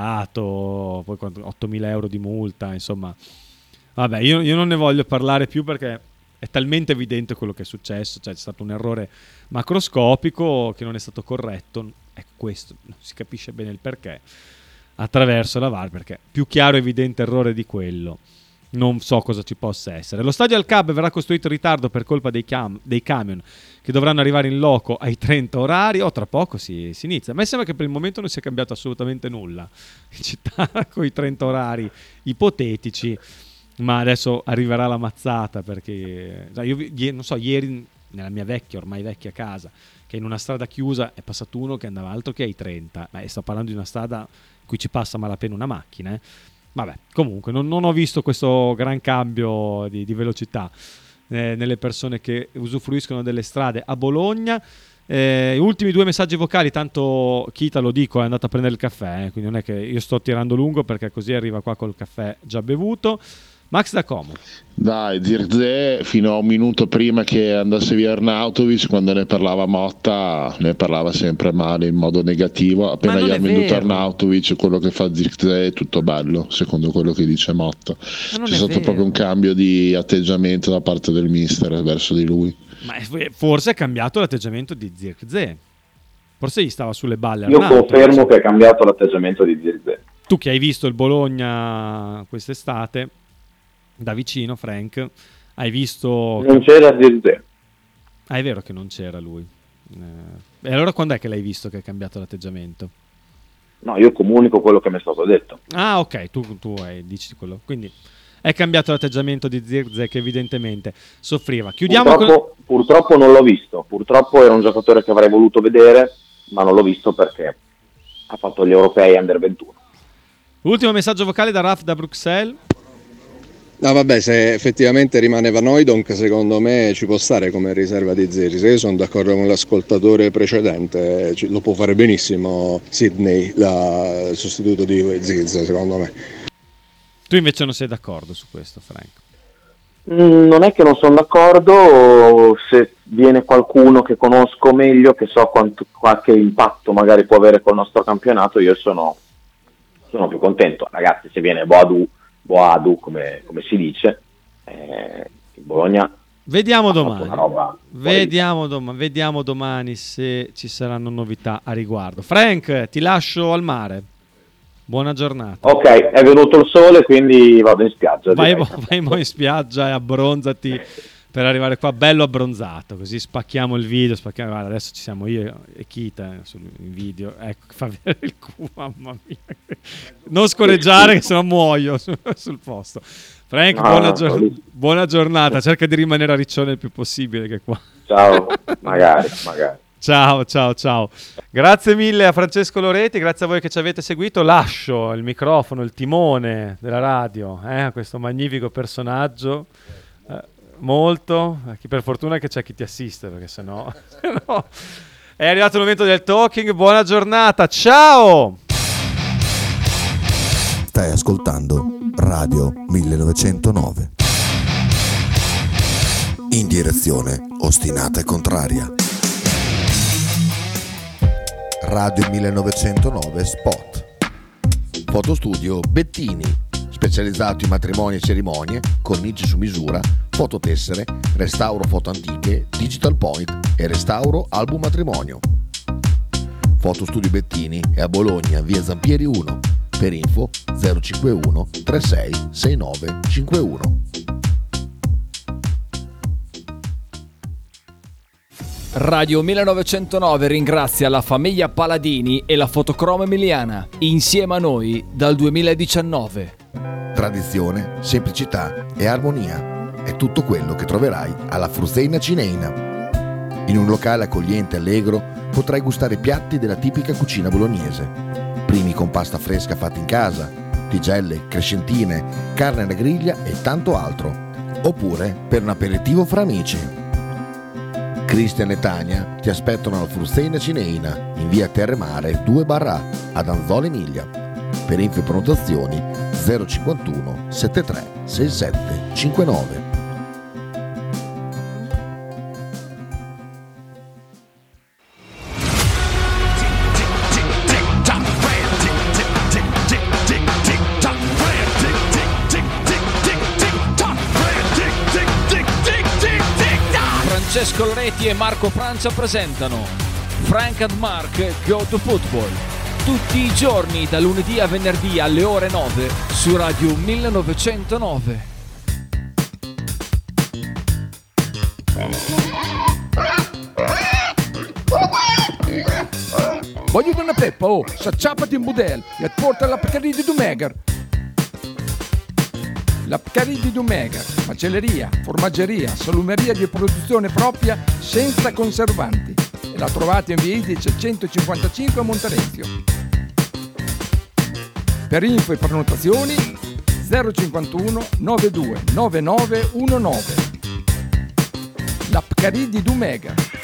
multato, poi ottomila euro di multa, insomma. Vabbè, io, io non ne voglio parlare più perché è talmente evidente quello che è successo, cioè c'è stato un errore macroscopico che non è stato corretto, ecco questo, non si capisce bene il perché, attraverso la V A R, perché più chiaro e evidente errore di quello non so cosa ci possa essere. Lo stadio Al Cab verrà costruito in ritardo per colpa dei, cam- dei camion che dovranno arrivare in loco ai trenta orari, o oh, tra poco si, si inizia. A me sembra che per il momento non sia cambiato assolutamente nulla in città con i trenta orari ipotetici, ma adesso arriverà la mazzata, perché io non so, ieri nella mia vecchia, ormai vecchia casa, che in una strada chiusa è passato uno che andava altro che ai trenta, ma sto parlando di una strada in cui ci passa malapena una macchina, eh. Vabbè, comunque non, non ho visto questo gran cambio di, di velocità eh, nelle persone che usufruiscono delle strade a Bologna. Eh, ultimi due messaggi vocali, tanto Kita, lo dico, è andato a prendere il caffè, eh, quindi non è che io sto tirando lungo, perché così arriva qua col caffè già bevuto. Max da Como. Dai, Zirkzee fino a un minuto prima che andasse via Arnautovic, quando ne parlava Motta, ne parlava sempre male, in modo negativo. Appena gli ha venduto Arnautovic, quello che fa Zirkzee è tutto bello, secondo quello che dice Motta. C'è stato vero. proprio un cambio di atteggiamento da parte del mister verso di lui. Ma forse è cambiato l'atteggiamento di Zirkzee. Forse gli stava sulle balle. Io Arnautovic. confermo che è cambiato l'atteggiamento di Zirkzee. Tu che hai visto il Bologna quest'estate da vicino, Frank, hai visto... Non c'era Zirkzee. Ah, è vero che non c'era lui. Eh, e allora quando è che l'hai visto che è cambiato l'atteggiamento? No, io comunico quello che mi è stato detto. Ah, ok, tu, tu hai, dici quello. Quindi è cambiato l'atteggiamento di Zirkzee, che evidentemente soffriva. Chiudiamo purtroppo, con... purtroppo non l'ho visto, purtroppo era un giocatore che avrei voluto vedere, ma non l'ho visto perché ha fatto gli europei under ventuno. Ultimo messaggio vocale da Raf da Bruxelles. No, vabbè, se effettivamente rimane Van Hooijdonk, secondo me ci può stare come riserva di Zirkzee. Io sono d'accordo con l'ascoltatore precedente, lo può fare benissimo Sydney, la, il sostituto di Zirkzee, secondo me. Tu invece non sei d'accordo su questo, Frank? Mm, non è che non sono d'accordo, se viene qualcuno che conosco meglio, che so quanto, qualche impatto magari può avere col nostro campionato, io sono, sono più contento. Ragazzi, se viene Boadu, Boadu come, come si dice, eh, il Bologna vediamo domani vediamo, dom- vediamo domani se ci saranno novità a riguardo. Frank, ti lascio al mare, buona giornata. Ok, è venuto il sole, quindi vado in spiaggia. Vai, vai mo in spiaggia e abbronzati per arrivare qua bello abbronzato, così spacchiamo il video. Spacchiamo, guarda, adesso ci siamo io e Kita sul video, ecco, fa vedere il culo, mamma mia, non scorreggiare che sennò muoio sul, sul posto. Frank, no, buona, gior- buona giornata, cerca di rimanere a Riccione il più possibile, che qua. Ciao, magari, magari. Ciao, ciao, ciao. Grazie mille a Francesco Loreti, grazie a voi che ci avete seguito. Lascio il microfono, il timone della radio eh, a questo magnifico personaggio. Eh, molto, per fortuna che c'è chi ti assiste, perché sennò no. È arrivato il momento del talking. Buona giornata, ciao. Stai ascoltando Radio millenovecentonove, in direzione ostinata e contraria. Radio millenovecentonove Spot. Fotostudio Bettini, specializzato in matrimoni e cerimonie, cornici su misura, fototessere, restauro foto antiche, digital point e restauro album matrimonio. Fotostudio Bettini è a Bologna, via Zampieri uno. Per info zero cinquantuno trentasei sessantanove cinquantuno. Radio millenovecentonove ringrazia la famiglia Paladini e la Fotocromo Emiliana, insieme a noi dal duemiladiciannove. Tradizione, semplicità e armonia è tutto quello che troverai alla Fruzeina Cineina. In un locale accogliente e allegro potrai gustare piatti della tipica cucina bolognese. Primi con pasta fresca fatta in casa, tigelle, crescentine, carne alla griglia e tanto altro. Oppure per un aperitivo fra amici. Cristian e Tania ti aspettano alla Fruzeina Cineina in via Terremare due barra A ad Anzola Emilia. Per info e prenotazioni zero cinquantuno settantatré sessantasette cinquantanove. Francesco Loreti e Marco Francia presentano Frank and Mark Go to Football, tutti i giorni da lunedì a venerdì alle ore nove su Radio millenovecentonove. Voglio una peppa, oh, s'acciappati in budel e porta la Pcaridi di Dumegar. La Pcaridi di Dumegar, macelleria, formaggeria, salumeria di produzione propria senza conservanti. E la trovate in via Idice centocinquantacinque a Monterezio. Per info e prenotazioni zero cinquantuno novantadue novantanove diciannove. La Pcaridi di Dumegar.